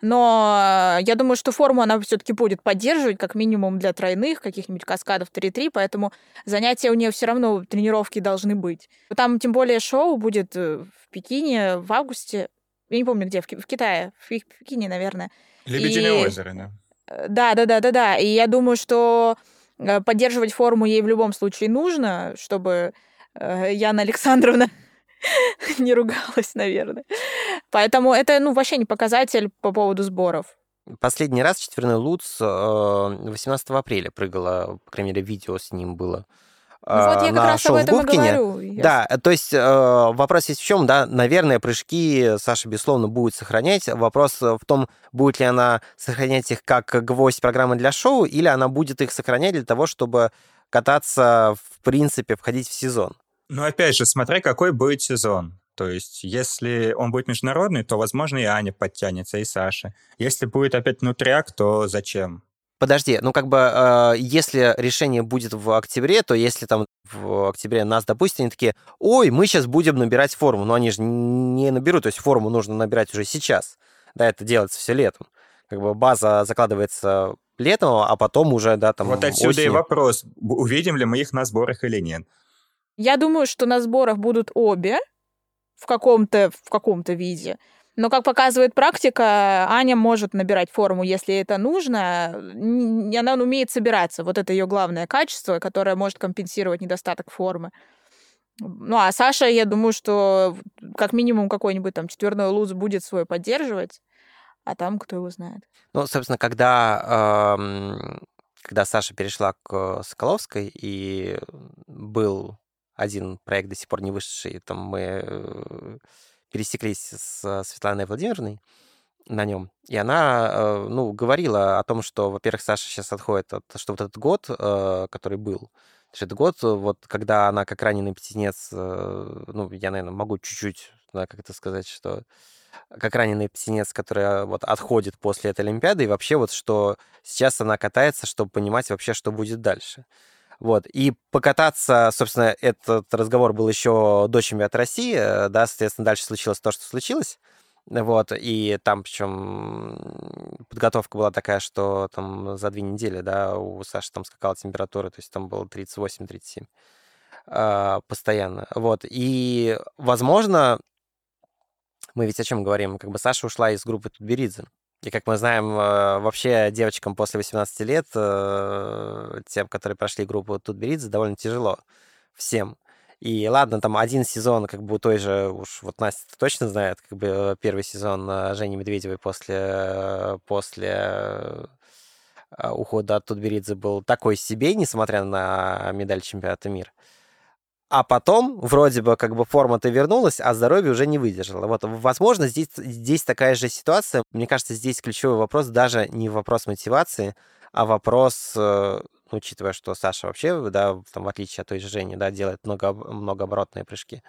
Но э, я думаю, что форму она все-таки будет поддерживать, как минимум для тройных, каких-нибудь каскадов три-три, поэтому занятия у нее все равно, тренировки должны быть. Там, тем более, шоу будет э, в Пекине в августе. Я не помню, где, в, Ки- в Китае, в Пек- в Пекине, наверное. Лебединое И озеро, да. э, да, да, да, да, да. И я думаю, что э, поддерживать форму ей в любом случае нужно, чтобы э, Яна Александровна не ругалась, наверное. Поэтому это, ну, вообще не показатель по поводу сборов. Последний раз четверной Луц э, восемнадцатого апреля прыгала, по крайней мере, видео с ним было Ну вот э, я как на раз об шоу в этом и Губкине. говорю. Я Да, э, то есть э, вопрос есть в чем, да, наверное, прыжки Саша, безусловно, будет сохранять. Вопрос в том, будет ли она сохранять их как гвоздь программы для шоу, или она будет их сохранять для того, чтобы кататься, в принципе, входить в сезон. Ну, опять же, смотря какой будет сезон. То есть, если он будет международный, то, возможно, и Аня подтянется, и Саша. Если будет опять внутряк, то зачем? Подожди, ну как бы, э, если решение будет в октябре, то если там в октябре нас допустят, они такие, ой, мы сейчас будем набирать форму. Но они же не наберут, то есть форму нужно набирать уже сейчас. Да, это делается все летом. Как бы база закладывается летом, а потом уже, да, там Вот отсюда и осенью. вопрос, б- увидим ли мы их на сборах или нет. Я думаю, что на сборах будут обе в каком-то в каком-то виде. Но, как показывает практика, Аня может набирать форму, если это нужно. Н- Она умеет собираться. Вот это ее главное качество, которое может компенсировать недостаток формы. Ну, а Саша, я думаю, что как минимум какой-нибудь там четверной луз будет свой поддерживать, а там кто его знает. Ну, собственно, когда, эм, когда Саша перешла к Соколовской, и был один проект до сих пор не вышедший, там мы э, пересеклись с Светланой Владимировной на нем, и она, э, ну, говорила о том, что, во-первых, Саша сейчас отходит от, что вот этот год, э, который был, что этот год, э, вот когда она как раненый птенец, э, ну, я, наверное, могу чуть-чуть, да, как это сказать, что как раненый птенец, который э, вот отходит после этой Олимпиады, и вообще вот что сейчас она катается, чтобы понимать вообще, что будет дальше. Вот, и покататься, собственно, этот разговор был еще до чемпионата России, э, да, соответственно, дальше случилось то, что случилось, вот, и там, причем, подготовка была такая, что там за две недели, да, у Саши там скакала температура, то есть там было тридцать восемь тридцать семь а, постоянно, вот, и, возможно, мы ведь о чем говорим, как бы Саша ушла из группы Тутберидзе, и, как мы знаем, э, вообще девочкам после восемнадцати лет, э, тем, которые прошли группу Тутберидзе, довольно тяжело всем. И ладно, там один сезон, как бы у той же, уж вот Настя точно знает, как бы э, первый сезон э, Жени Медведевой после, э, после э, ухода от Тутберидзе был такой себе, несмотря на медаль чемпионата мира. А потом, вроде бы, как бы форма-то вернулась, а здоровье уже не выдержало. Вот, возможно, здесь, здесь такая же ситуация. Мне кажется, здесь ключевой вопрос даже не вопрос мотивации, а вопрос, э, ну, учитывая, что Саша вообще, да, там, в отличие от той же Жени, да, делает много, многооборотные прыжки,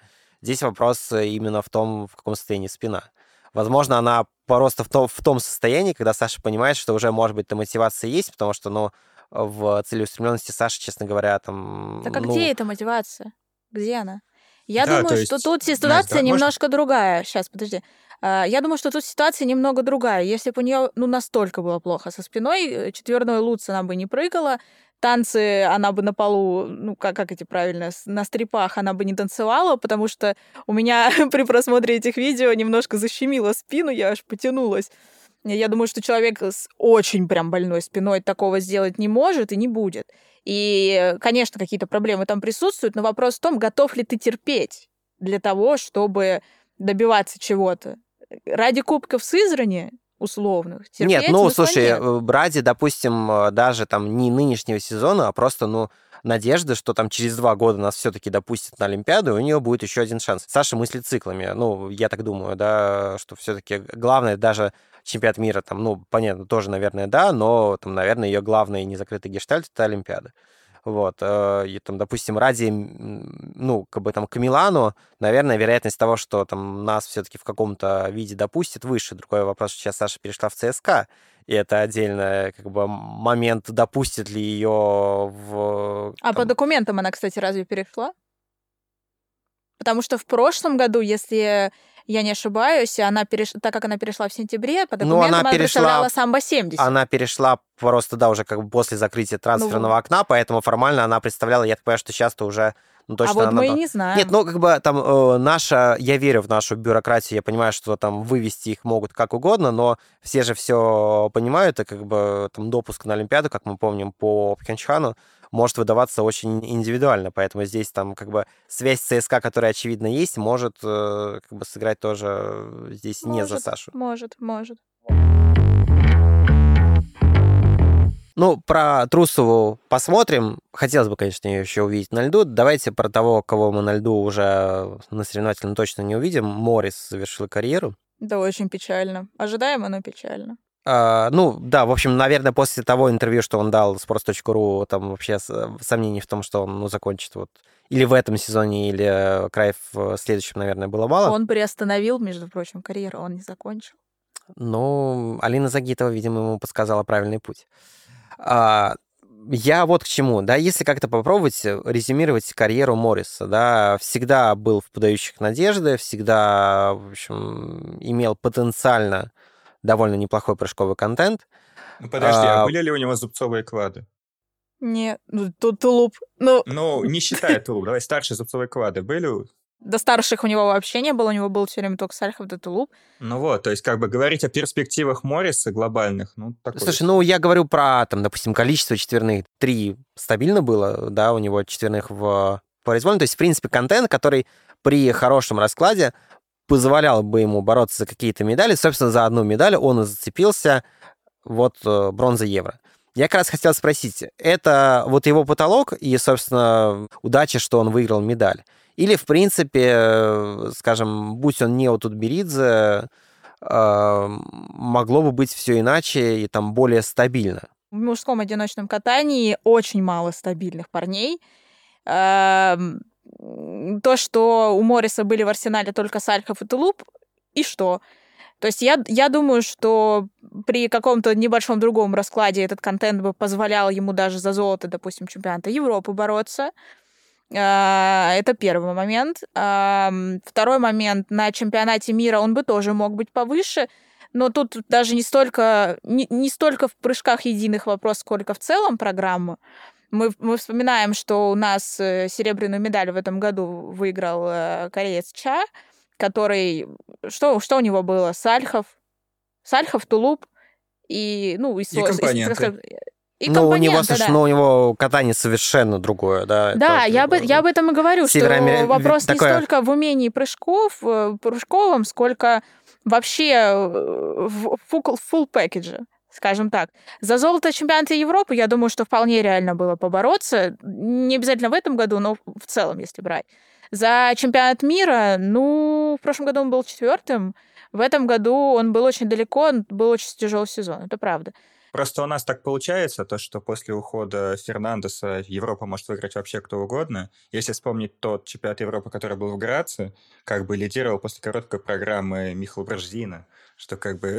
Здесь вопрос именно в том, в каком состоянии спина. Возможно, она просто в том, в том состоянии, когда Саша понимает, что уже, может быть, мотивация есть, потому что, ну, в целеустремленности Саши, честно говоря, там... Так а ну... где эта мотивация? Где она? Я Да, думаю, то что есть, тут Настя, ситуация давай, можно? немножко другая. Сейчас, подожди. А, Я думаю, что тут ситуация немного другая. Если бы у нее ну, настолько было плохо со спиной, э, четверной луц она бы не прыгала, танцы она бы на полу, ну, как, как эти правильно, с- на стрипах она бы не танцевала, потому что у меня при просмотре этих видео немножко защемило спину, я аж потянулась. Я думаю, что человек с очень прям больной спиной такого сделать не может и не будет. И, конечно, какие-то проблемы там присутствуют, но вопрос в том, готов ли ты терпеть для того, чтобы добиваться чего-то. Ради кубков Сызрани условных терпеть Нет, ну, смысла слушай, нет. э, ради, допустим, э, даже там не нынешнего сезона, а просто, ну, надежды, что там через два года нас все-таки допустят на Олимпиаду, и у нее будет еще один шанс. Саша мыслит циклами. Ну, я так думаю, да, что все-таки главное даже чемпионат мира, там, ну, понятно, тоже, наверное, да, но там, наверное, ее главный незакрытый гештальт — это Олимпиада. Вот, э, и там, допустим, ради, м, ну, как бы там к Милану, наверное, вероятность того, что там нас все-таки в каком-то виде допустят, выше. Другой вопрос, что сейчас Саша перешла в ЦСКА, и это отдельно, как бы, момент, допустит ли ее в... А по там, документам она, кстати, разве перешла? Потому что в прошлом году, если я не ошибаюсь, она переш... так как она перешла в сентябре, по ну, она документам она перешла, представляла самбо семьдесят. она перешла просто, да, уже как бы после закрытия трансферного Ну, окна, поэтому формально она представляла, я так понимаю, что сейчас-то уже, ну, а точно вот она... мы и до- не Нет, знаем. ну, как бы там э, наша, я верю в нашу бюрократию, я понимаю, что там вывести их могут как угодно, но все же все понимают, и как бы там допуск на Олимпиаду, как мы помним по Пхенчхану, может выдаваться очень индивидуально, поэтому здесь там как бы связь с ЦСКА, которая очевидно есть, может э, как бы сыграть тоже э, здесь не за Может, Сашу. может, может. Ну, про Трусову посмотрим. Хотелось бы, конечно, ее еще увидеть на льду. Давайте про того, кого мы на льду уже на соревновательном точно не увидим. Моррис завершил карьеру. Да, очень печально. Ожидаемо, но печально. А, ну, да, в общем, наверное, после того интервью, что он дал sports точка ру, там вообще с- сомнений в том, что он, ну, закончит вот или в этом сезоне, или край в следующем, наверное, было мало. Он приостановил, между прочим, карьеру, он не закончил. Ну, Алина Загитова, видимо, ему подсказала правильный путь. А, я вот к чему, да, если как-то попробовать резюмировать карьеру Морриса, да, всегда был в подающих надежды, всегда, в общем, имел потенциально довольно неплохой прыжковый контент. Ну, подожди, а А, были ли у него зубцовые клады? Нет, ну, тут тулуп. Ну, Ну, не считая тулуп, давай старшие зубцовые клады были? у- до старших у него вообще не было, у него был все время только Сальхов да тулуп. Ну вот, то есть как бы говорить о перспективах Морриса глобальных, ну, такое. Слушай, ну я говорю про, там, допустим, количество четверных. Три стабильно было, да, у него четверных в произвольном. То есть, в принципе, контент, который при хорошем раскладе позволял бы ему бороться за какие-то медали. Собственно, за одну медаль он и зацепился, вот э, бронза Евро. Я как раз хотел спросить, это вот его потолок и, собственно, удача, что он выиграл медаль? Или, в принципе, э, скажем, будь он не от Утберидзе, э, могло бы быть все иначе и там более стабильно? В мужском одиночном катании очень мало стабильных парней. Эм, То, что у Морриса были в арсенале только Сальхов и Тулуп, и что? То есть я, я думаю, что при каком-то небольшом другом раскладе этот контент бы позволял ему даже за золото, допустим, чемпионата Европы бороться. А, Это первый момент. Ам, Второй момент. На чемпионате мира он бы тоже мог быть повыше, но тут даже не столько, не, не столько в прыжках единых вопрос, сколько в целом программы. Мы, мы вспоминаем, что у нас э, серебряную медаль в этом году выиграл э, кореец Ча, который... Что, что у него было? Сальхов, Сальхов, Тулуп и... Ну, и, И со- компоненты. так сказать, и ну, у него, компоненты, слушай, да. ну, у него катание совершенно другое, да. Да, это, я, бы, я об этом и говорю, что Североамери- вопрос такое- не столько в умении прыжков, э, прыжковом, сколько вообще э, в full, full package, скажем так. За золото чемпионата Европы, я думаю, что вполне реально было побороться. Не обязательно в этом году, но в целом, если брать. За чемпионат мира, ну, в прошлом году он был четвертым, в этом году он был очень далеко, он был очень тяжелый сезон, это правда. Просто у нас так получается, то, что после ухода Фернандеса Европа может выиграть вообще кто угодно. Если вспомнить тот чемпионат Европы, который был в Граце, как бы лидировал после короткой программы Михаил Бражзина, что как бы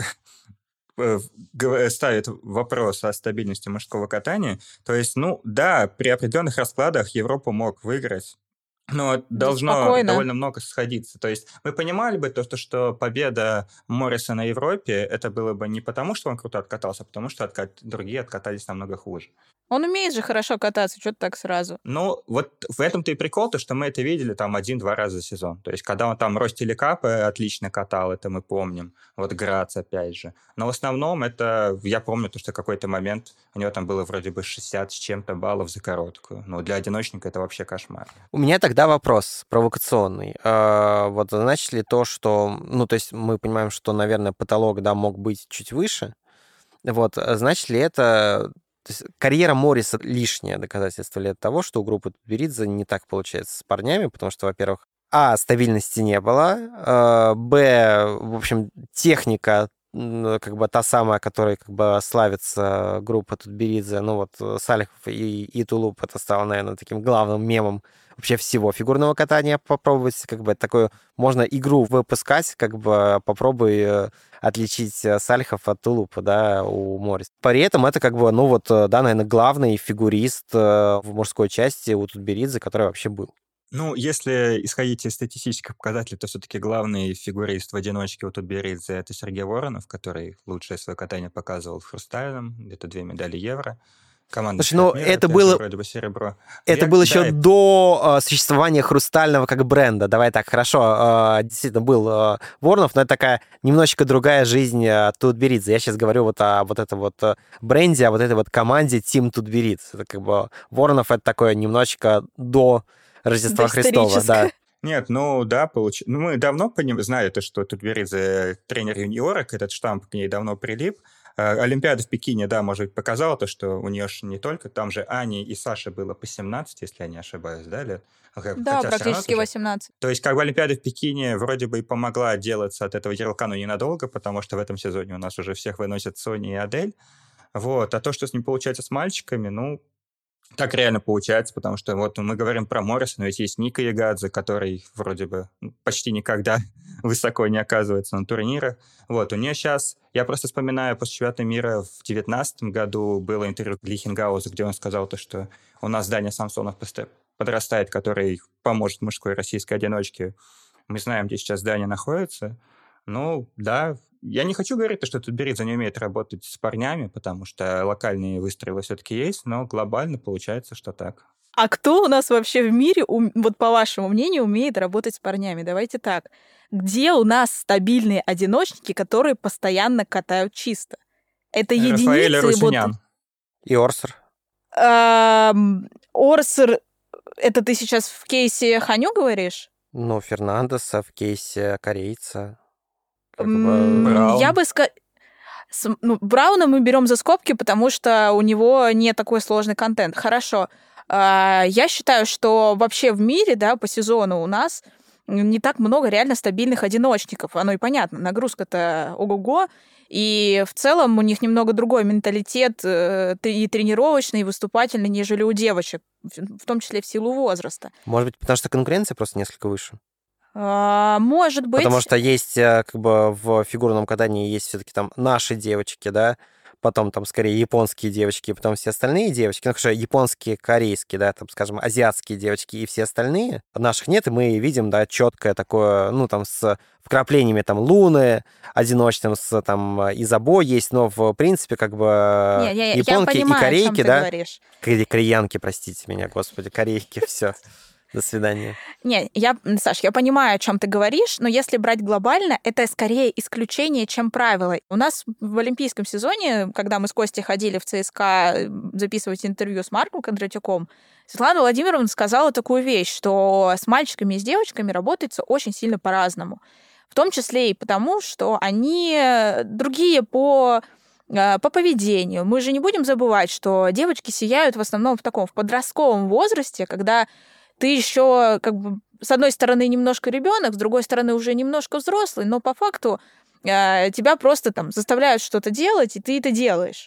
ставит вопрос о стабильности мужского катания. То есть, ну да, при определенных раскладах Европа мог выиграть, но должно спокойно. довольно много сходиться. То есть мы понимали бы то, что победа Морриса на Европе, это было бы не потому, что он круто откатался, а потому что откат... другие откатались намного хуже. Он умеет же хорошо кататься, что-то так сразу. Ну, вот в этом-то и прикол, то, что мы это видели там один-два раза за сезон. То есть, когда он там Ростили Капы отлично катал, это мы помним. Вот Грац опять же. Но в основном это, я помню, то, что в какой-то момент у него там было вроде бы шестьдесят с чем-то баллов за короткую. Ну, для одиночника это вообще кошмар. У меня тогда вопрос провокационный. А, вот значит ли то, что... Ну, то есть мы понимаем, что, наверное, потолок, да, мог быть чуть выше. Вот, значит ли это... То есть карьера Морриса лишнее доказательство ли того, что у группы Тутберидзе не так получается с парнями, потому что, во-первых, а, стабильности не было, б, в общем, техника как бы та самая, которой как бы славится группа Тутберидзе, ну вот Салихов и, и Тулуп, это стало, наверное, таким главным мемом вообще всего фигурного катания. Попробовать, как бы, такую, можно игру выпускать, как бы, попробуй отличить Салихов от Тулупа, да, у Морриса. При этом это, как бы, ну вот, да, наверное, главный фигурист в мужской части у Тутберидзе, который вообще был. Ну, если исходить из статистических показателей, то все-таки главный фигурист в одиночке у Тутберидзе — это Сергей Воронов, который лучшее свое катание показывал в хрустальном, где-то две медали Евро. Команда Слушай, ну, мира, это тоже было... вроде бы серебро. Это Я, было да, еще и... до э, существования хрустального как бренда. Давай так, хорошо, э, действительно был э, Воронов, но это такая немножечко другая жизнь э, Тутберидзе. Я сейчас говорю вот о вот этом вот э, бренде, о вот этой вот команде Team Тутберидзе. Это как бы Воронов — это такое немножечко до Рождества Христова, да. Нет, ну да, получ... ну, мы давно поним... знали, то, что Тутберидзе тренер юниорок, этот штамп к ней давно прилип. Олимпиада в Пекине, да, может быть, показала то, что у нее же не только, там же Ане и Саше было по семнадцать, если я не ошибаюсь, да, лет? Да, хотя практически восемнадцать. То есть как бы Олимпиада в Пекине вроде бы и помогла отделаться от этого ярлыка, но ненадолго, потому что в этом сезоне у нас уже всех выносят Сони и Адель. Вот. А то, что с ним получается с мальчиками, ну, так реально получается, потому что вот мы говорим про Морриса, но ведь есть Ника Ягадзе, который вроде бы почти никогда высоко не оказывается на турнирах. Вот, у нее сейчас, я просто вспоминаю, после чемпионата мира в девятнадцатом году было интервью Глихенгауза, где он сказал то, что у нас Даня Самсонов подрастает, который поможет мужской российской одиночке. Мы знаем, где сейчас Даня находится. Ну, да, я не хочу говорить, что Тутберидзе не умеет работать с парнями, потому что локальные выстрелы все-таки есть, но глобально получается, что так. А кто у нас вообще в мире, вот по вашему мнению, умеет работать с парнями? Давайте так. Где у нас стабильные одиночники, которые постоянно катают чисто? Это единицы. Рафаэль Русинян. Вот... И Орсер. Эм, Орсер, это ты сейчас в кейсе Ханю говоришь? Ну, Фернандеса, в кейсе корейца. Браун. Я бы сказала... Ну, Брауна мы берем за скобки, потому что у него не такой сложный контент. Хорошо. Я считаю, что вообще в мире, да, по сезону у нас не так много реально стабильных одиночников. Оно и понятно, нагрузка-то ого-го. И в целом у них немного другой менталитет и тренировочный, и выступательный, нежели у девочек, в том числе в силу возраста. Может быть, потому что конкуренция просто несколько выше? А, может быть. Потому что есть, как бы, в фигурном катании есть все-таки там наши девочки, да, потом там скорее японские девочки, потом все остальные девочки, ну, хорошо, японские, корейские, да, там, скажем, азиатские девочки и все остальные. Наших нет, и мы видим, да, четкое такое, ну, там, с вкраплениями там Луны, одиночным с там Изабо есть, но в принципе, как бы, не, не, японки я понимаю, и корейки, да, говоришь. Кореянки, простите меня, господи, корейки, все. До свидания. Не, я, Саш, я понимаю, о чем ты говоришь, но если брать глобально, это скорее исключение, чем правило. У нас в олимпийском сезоне, когда мы с Костей ходили в ЦСКА записывать интервью с Марком Кондратюком, Светлана Владимировна сказала такую вещь, что с мальчиками и с девочками работается очень сильно по-разному. В том числе и потому, что они другие по... по поведению. Мы же не будем забывать, что девочки сияют в основном в таком в подростковом возрасте, когда ты еще, как бы, с одной стороны, немножко ребенок, с другой стороны, уже немножко взрослый, но по факту э, тебя просто там заставляют что-то делать, и ты это делаешь.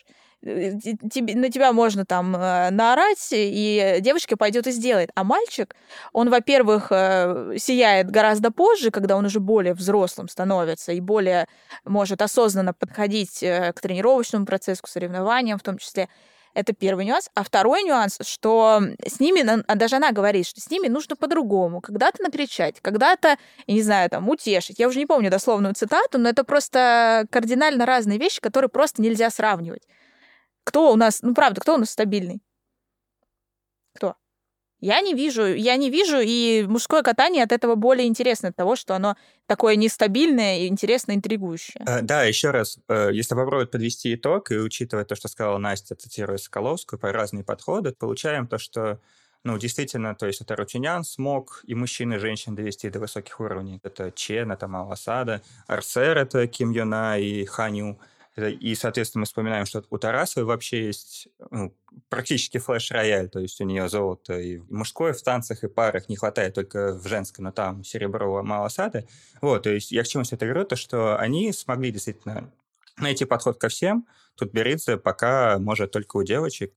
тебе, на тебя можно там наорать, и девочка пойдет и сделает. А мальчик, он, во-первых, сияет гораздо позже, когда он уже более взрослым становится и более может осознанно подходить к тренировочному процессу, к соревнованиям в том числе. Это первый нюанс. А второй нюанс, что с ними, даже она говорит, что с ними нужно по-другому. Когда-то накричать, когда-то, я не знаю, там, утешить. Я уже не помню дословную цитату, но это просто кардинально разные вещи, которые просто нельзя сравнивать. Кто у нас, ну правда, кто у нас стабильный? Кто? Я не вижу, я не вижу, и мужское катание от этого более интересно, от того, что оно такое нестабильное и интересно интригующее. Uh, да, еще раз, uh, если попробовать подвести итог, и учитывая то, что сказала Настя, цитируя Соколовскую, про разные подходы, получаем то, что, ну, действительно, то есть это Рутюнян смог и мужчин, и женщин довести до высоких уровней. Это Чен, это Маласада, Арсер, это Ким Йона и Ханю. И, соответственно, мы вспоминаем, что у Тарасовой вообще есть, ну, практически флеш-рояль, то есть у нее золото и в мужской в танцах и парах, не хватает только в женском, но там серебро Маласады. Вот, то есть я к чему все это говорю, то что они смогли действительно найти подход ко всем. Тут Беридзе пока может только у девочек.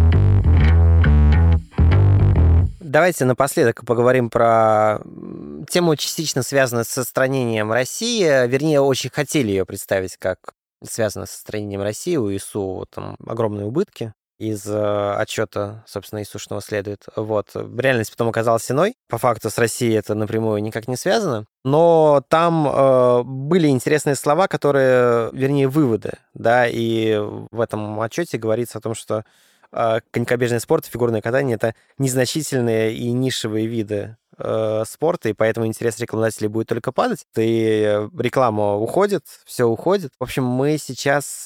Давайте напоследок поговорим про тему, частично связанную с отстранением России. Вернее, очень хотели ее представить как связано с отстранением России. У ИСУ там огромные убытки. Из э, отчета, собственно, ИСУшного следует. Вот. Реальность потом оказалась иной. По факту с Россией это напрямую никак не связано. Но там э, были интересные слова, которые, вернее, выводы. Да, и в этом отчете говорится о том, что э, конькобежный спорт, фигурное катание — это незначительные и нишевые виды спорта, и поэтому интерес рекламодателей будет только падать, и реклама уходит, все уходит. В общем, мы сейчас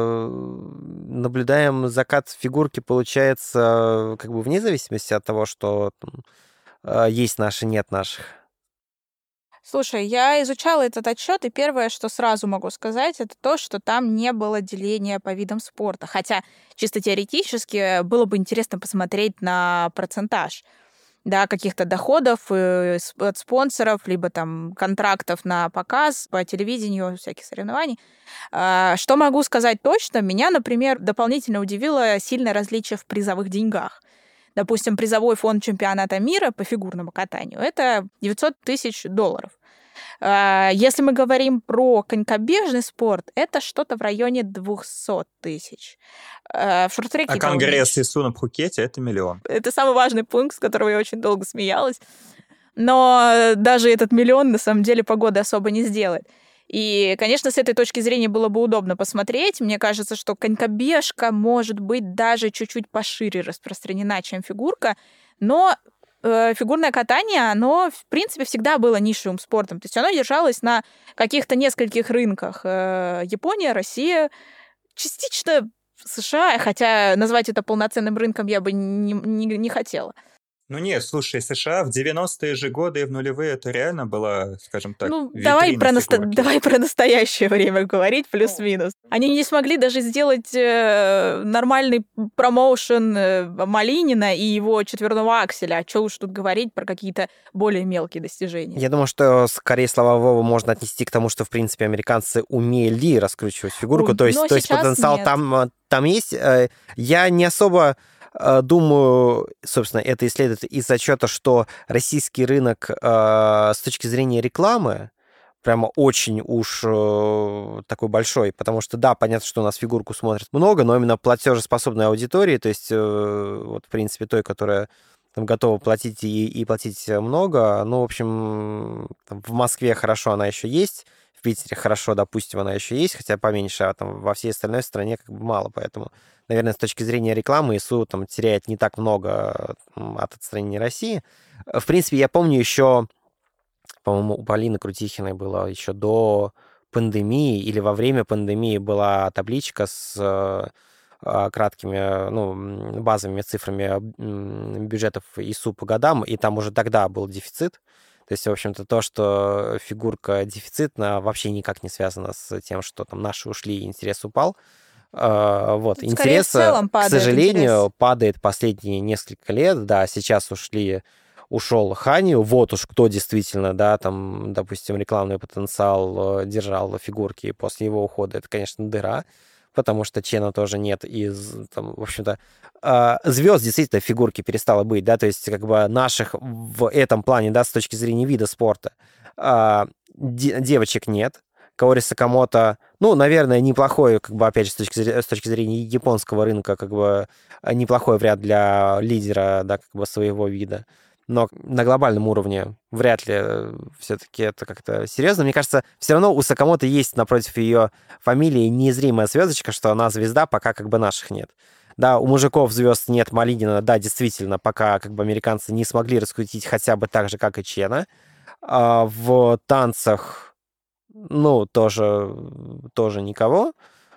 наблюдаем закат фигурки, получается, как бы вне зависимости от того, что там, есть наши, нет наших. Слушай, я изучала этот отчет, и первое, что сразу могу сказать, это то, что там не было деления по видам спорта. Хотя чисто теоретически было бы интересно посмотреть на процентаж, да, каких-то доходов от спонсоров, либо там контрактов на показ по телевидению, всяких соревнований. Что могу сказать точно? Меня, например, дополнительно удивило сильное различие в призовых деньгах. Допустим, призовой фонд чемпионата мира по фигурному катанию — это девятьсот тысяч долларов. Если мы говорим про конькобежный спорт, это что-то в районе двести тысяч. В шорт-треке а конгресс ИСУ на Пхукете — это миллион. Это самый важный пункт, с которого я очень долго смеялась. Но даже этот миллион, на самом деле, погода особо не сделает. И, конечно, с этой точки зрения было бы удобно посмотреть. Мне кажется, что конькобежка может быть даже чуть-чуть пошире распространена, чем фигурка, но фигурное катание, оно, в принципе, всегда было нишевым спортом. То есть оно держалось на каких-то нескольких рынках. Япония, Россия, частично США, хотя назвать это полноценным рынком я бы не, не, не хотела. Ну нет, слушай, США в девяностые же годы и в нулевые это реально была, скажем так, ну, давай про, наста- давай про настоящее время говорить, плюс-минус. Они не смогли даже сделать э, нормальный промоушен э, Малинина и его четверного акселя. А что уж тут говорить про какие-то более мелкие достижения. Я думаю, что скорее слова Вова можно отнести к тому, что, в принципе, американцы умели раскручивать фигурку. Ну, то есть, то есть потенциал там, там есть. Я не особо... Думаю, собственно, это исследует из отчета, что российский рынок э, с точки зрения рекламы прямо очень уж э, такой большой, потому что, да, понятно, что у нас фигурку смотрят много, но именно платежеспособной аудитории, то есть, э, вот, в принципе, той, которая там готова платить и, и платить много, ну, в общем, там, в Москве хорошо она еще есть, в Питере хорошо, допустим, она еще есть, хотя поменьше, а там во всей остальной стране как бы мало, поэтому, наверное, с точки зрения рекламы ИСУ там теряет не так много от отстранения России. В принципе, я помню еще, по-моему, у Полины Крутихиной было еще до пандемии или во время пандемии была табличка с краткими, ну, базовыми цифрами бюджетов ИСУ по годам, и там уже тогда был дефицит. То есть, в общем-то, то, что фигурка дефицитна, вообще никак не связано с тем, что там наши ушли, и интерес упал. Вот. Скорее, интерес, в целом падает, к сожалению, интерес. падает последние несколько лет. Да, сейчас ушли, ушел Ханю. Вот уж кто действительно, да, там, допустим, рекламный потенциал держал фигурки, и после его ухода это, конечно, дыра. потому что Чена тоже нет, и, там, в общем-то, э, звезд действительно фигурки перестало быть, да, то есть как бы наших в этом плане, да, с точки зрения вида спорта, э, де- девочек нет. Каори Сакамото, ну, наверное, неплохой, как бы, опять же, с точки, зрения, с точки зрения японского рынка, как бы, неплохой вариант для лидера, да, как бы, своего вида. Но на глобальном уровне вряд ли все-таки это как-то серьезно. Мне кажется, все равно у Сакамото есть напротив ее фамилии незримая звездочка, что она звезда, пока как бы наших нет. Да, у мужиков звезд нет, Малинина, да, действительно, пока как бы американцы не смогли раскрутить хотя бы так же, как и Чена. А в танцах ну, тоже, тоже никого.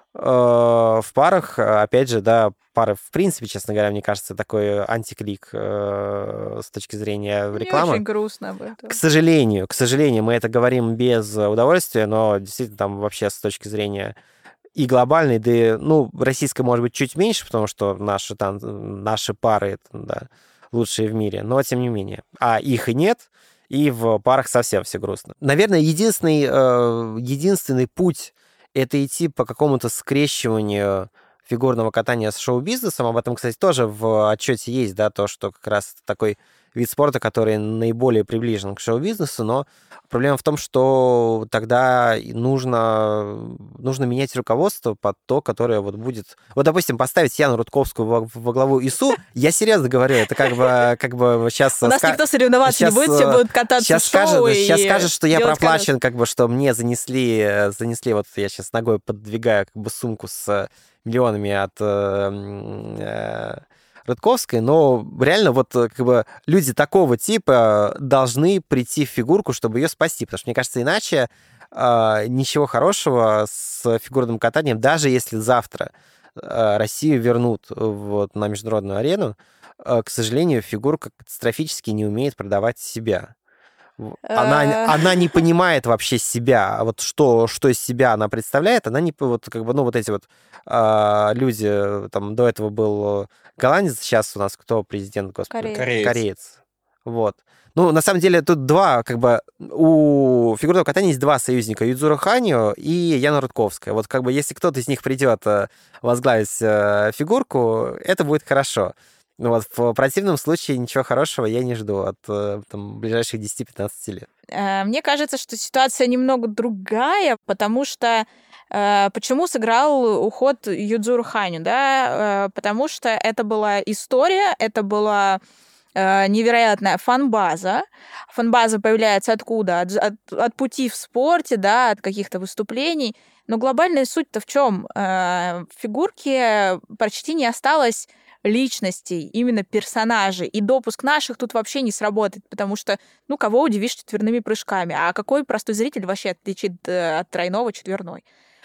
В парах, опять же, да, пары, в принципе, честно говоря, мне кажется, такой антиклик с точки зрения рекламы. Мне очень грустно об этом. К сожалению, к сожалению, мы это говорим без удовольствия, но действительно там вообще с точки зрения и глобальной, да и, ну, российской, может быть, чуть меньше, потому что наши, там, наши пары, это, да, лучшие в мире, но тем не менее. А их и нет, и в парах совсем все грустно. Наверное, единственный, э, единственный путь — это идти по какому-то скрещиванию фигурного катания с шоу-бизнесом. Об этом, кстати, тоже в отчете есть, да, то, что как раз такой вид спорта, который наиболее приближен к шоу-бизнесу, но проблема в том, что тогда нужно, нужно менять руководство под то, которое вот будет... Вот, допустим, поставить Яну Рудковскую во, во главу ИСУ, я серьезно говорю, это как бы, как бы сейчас... У нас ска... никто соревноваться сейчас, не будет, все будут кататься сейчас в шоу скажет, и Сейчас скажет, что я проплачен, колес. как бы, что мне занесли, занесли, вот я сейчас ногой подвигаю как бы сумку с миллионами от... Э, Рудковской, но реально вот как бы люди такого типа должны прийти в фигурку, чтобы ее спасти, потому что, мне кажется, иначе э, ничего хорошего с фигурным катанием, даже если завтра э, Россию вернут вот, на международную арену, э, к сожалению, фигурка катастрофически не умеет продавать себя. Она, она не понимает вообще себя, вот что, что из себя она представляет, она не, вот как бы, ну, вот эти вот э, люди, там, до этого был голландец, сейчас у нас кто президент, господи? Кореец. Кореец. Вот. Ну, на самом деле, тут два, как бы, у фигурного катания есть два союзника, Юдзуро Ханьо и Яна Рудковская. Вот, как бы, если кто-то из них придет возглавить фигурку, это будет хорошо. Ну вот в противном случае ничего хорошего я не жду от там, ближайших десяти-пятнадцати лет. Мне кажется, что ситуация немного другая, потому что почему сыграл уход Юдзуро Ханьо, да? Потому что это была история, это была невероятная фан-база. Фан-база появляется откуда? От, от, от пути в спорте, да, от каких-то выступлений. Но глобальная суть-то в чем? В фигурке почти не осталось личностей, именно персонажей. И допуск наших тут вообще не сработает, потому что, ну, кого удивишь четверными прыжками? А какой простой зритель вообще отличит от тройного четверной?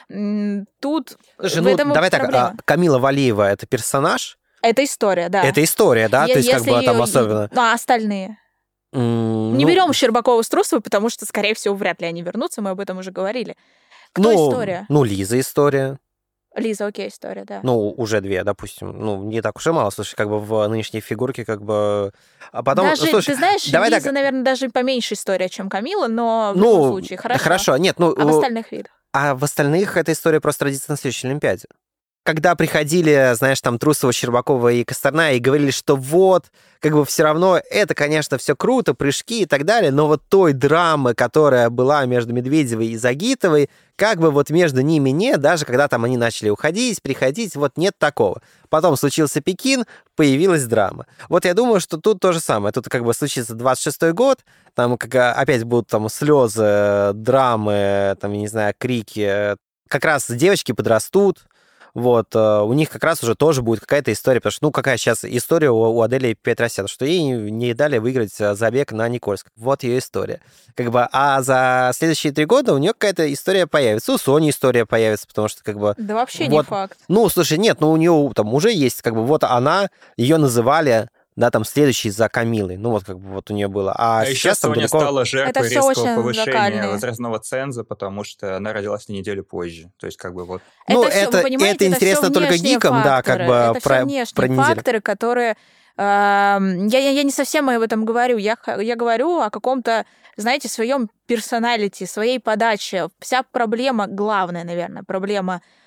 Тут Слушай, в ну, этом давай проблема. так, а Камила Валиева — это персонаж? Это история, да. Это история, да? Е- То есть как бы её- там особенно... Ну, а остальные? Mm, не ну... берем Щербакова с Трусовой, потому что, скорее всего, вряд ли они вернутся, мы об этом уже говорили. Кто ну, история? Ну, Лиза история. Лиза, окей, история, да. Ну, уже две, допустим. Ну, не так уж и мало. Слушай, как бы в нынешней фигурке как бы... А потом... Даже, слушай, ты знаешь, давай Лиза, так... наверное, даже поменьше история, чем Камила, но в ну, любом случае, хорошо. Хорошо, нет, ну... А в остальных видах? А в остальных эта история просто родится на следующей Олимпиаде. Когда приходили, знаешь, там Трусова, Щербакова и Косторная и говорили, что вот, как бы все равно это, конечно, все круто, прыжки и так далее, но вот той драмы, которая была между Медведевой и Загитовой, как бы вот между ними нет, даже когда там они начали уходить, приходить, вот нет такого. Потом случился Пекин, появилась драма. Вот я думаю, что тут то же самое. Тут как бы случится двадцать шестой год, там как опять будут там слезы, драмы, там, я не знаю, крики. Как раз девочки подрастут, вот, у них как раз уже тоже будет какая-то история, потому что, ну, какая сейчас история у, у Адели Петросян, что ей не дали выиграть забег на Никольск. Вот ее история. Как бы, а за следующие три года у нее какая-то история появится. У Сони история появится, потому что, как бы... Да вообще вот, не факт. Ну, слушай, нет, ну, у нее там уже есть, как бы, вот она, ее называли... да, там следующий за Камилой. Ну, вот как бы вот у нее было. А, а сейчас еще Соня далеко... стала жертвой резкого повышения локальные. возрастного ценза, потому что она родилась на неделю позже. То есть, как бы вот... Ну, это, это, всё, это, это интересно это только гикам, да, как бы это про, все внешние про неделю. факторы, которые... Э, я, я, я не совсем об этом говорю. Я, я говорю о каком-то, знаете, своем персоналити, своей подаче. Вся проблема, главная, наверное, проблема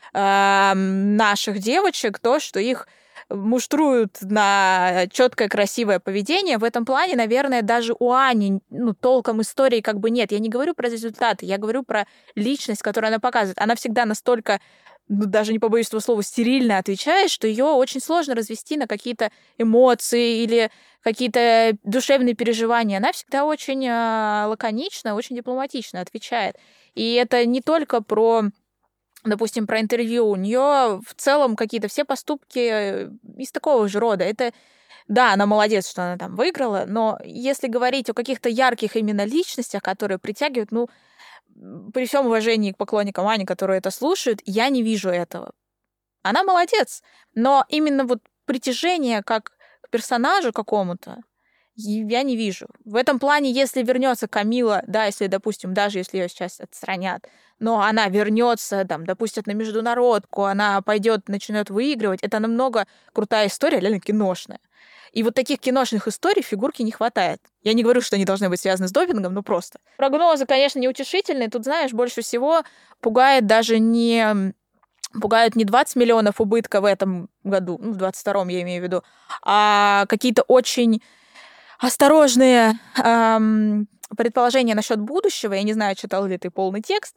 э, наших девочек, то, что их муштруют на четкое, красивое поведение. В этом плане, наверное, даже у Ани ну, толком истории как бы нет. Я не говорю про результаты, я говорю про личность, которую она показывает. Она всегда настолько, ну, даже не побоюсь этого слова, стерильно отвечает, что ее очень сложно развести на какие-то эмоции или какие-то душевные переживания. Она всегда очень э, лаконично, очень дипломатично отвечает. И это не только про... допустим, про интервью, у нее в целом какие-то все поступки из такого же рода. Это, да, она молодец, что она там выиграла, но если говорить о каких-то ярких именно личностях, которые притягивают, ну, при всем уважении к поклонникам Ани, которые это слушают, я не вижу этого. Она молодец, но именно вот притяжение как к персонажу какому-то я не вижу. В этом плане, если вернется Камила, да, если, допустим, даже если ее сейчас отстранят, но она вернется, там, допустят на международку, она пойдет, начнет выигрывать, это намного крутая история, реально киношная. И вот таких киношных историй фигурки не хватает. Я не говорю, что они должны быть связаны с допингом, но просто. Прогнозы, конечно, неутешительные. Тут, знаешь, больше всего пугает даже не... Пугают не двадцать миллионов убытка в этом году, ну, в двадцать втором я имею в виду, а какие-то очень осторожные эм, предположения насчет будущего. Я не знаю, читал ли ты полный текст,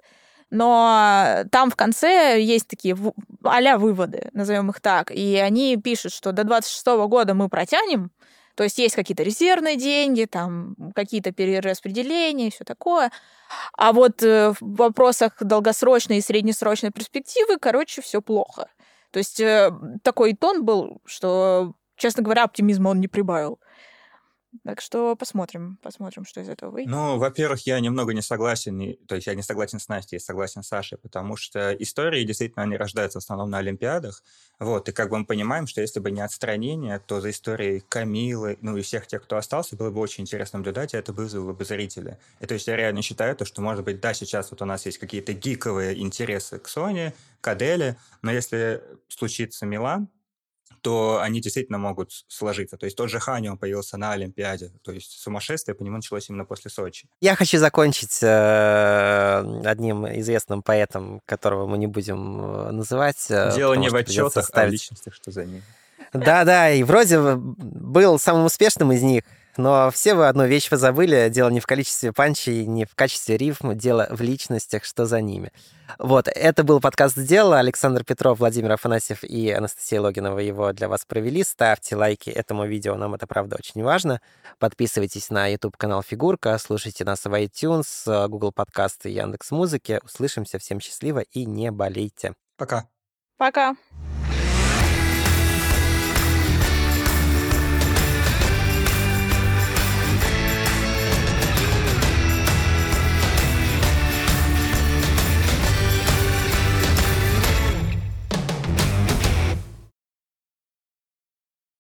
но там в конце есть такие а-ля выводы, назовем их так, и они пишут, что до двадцать шестого года мы протянем, то есть есть какие-то резервные деньги, там какие-то перераспределения и все такое. А вот в вопросах долгосрочной и среднесрочной перспективы, короче, все плохо. То есть такой тон был, что, честно говоря, оптимизма он не прибавил. Так что посмотрим, посмотрим, что из этого выйдет. Ну, во-первых, я немного не согласен, то есть я не согласен с Настей, я согласен с Сашей, потому что истории, действительно, они рождаются в основном на Олимпиадах, вот, и как бы мы понимаем, что если бы не отстранение, то за историей Камилы, ну, и всех тех, кто остался, было бы очень интересно наблюдать, и это вызвало бы зрителя. И то есть я реально считаю то, что, может быть, да, сейчас вот у нас есть какие-то гиковые интересы к Соне, к Аделе, но если случится Милан, то они действительно могут сложиться. То есть тот же Хани, он появился на Олимпиаде. То есть сумасшествие по нему началось именно после Сочи. Я хочу закончить э, одним известным поэтом, которого мы не будем называть. Дело не в отчетах, ставить... а в личностях, что за ним. Да-да, и вроде был самым успешным из них, но все вы одну вещь вы забыли. Дело не в количестве панчей, не в качестве рифм, дело в личностях, что за ними. Вот, это был подкаст «Дело». Александр Петров, Владимир Афанасьев и Анастасия Логинова его для вас провели. Ставьте лайки этому видео, нам это, правда, очень важно. Подписывайтесь на YouTube-канал «Фигурка», слушайте нас в iTunes, Google подкасты и Яндекс.Музыки. Услышимся, всем счастливо и не болейте. Пока. Пока.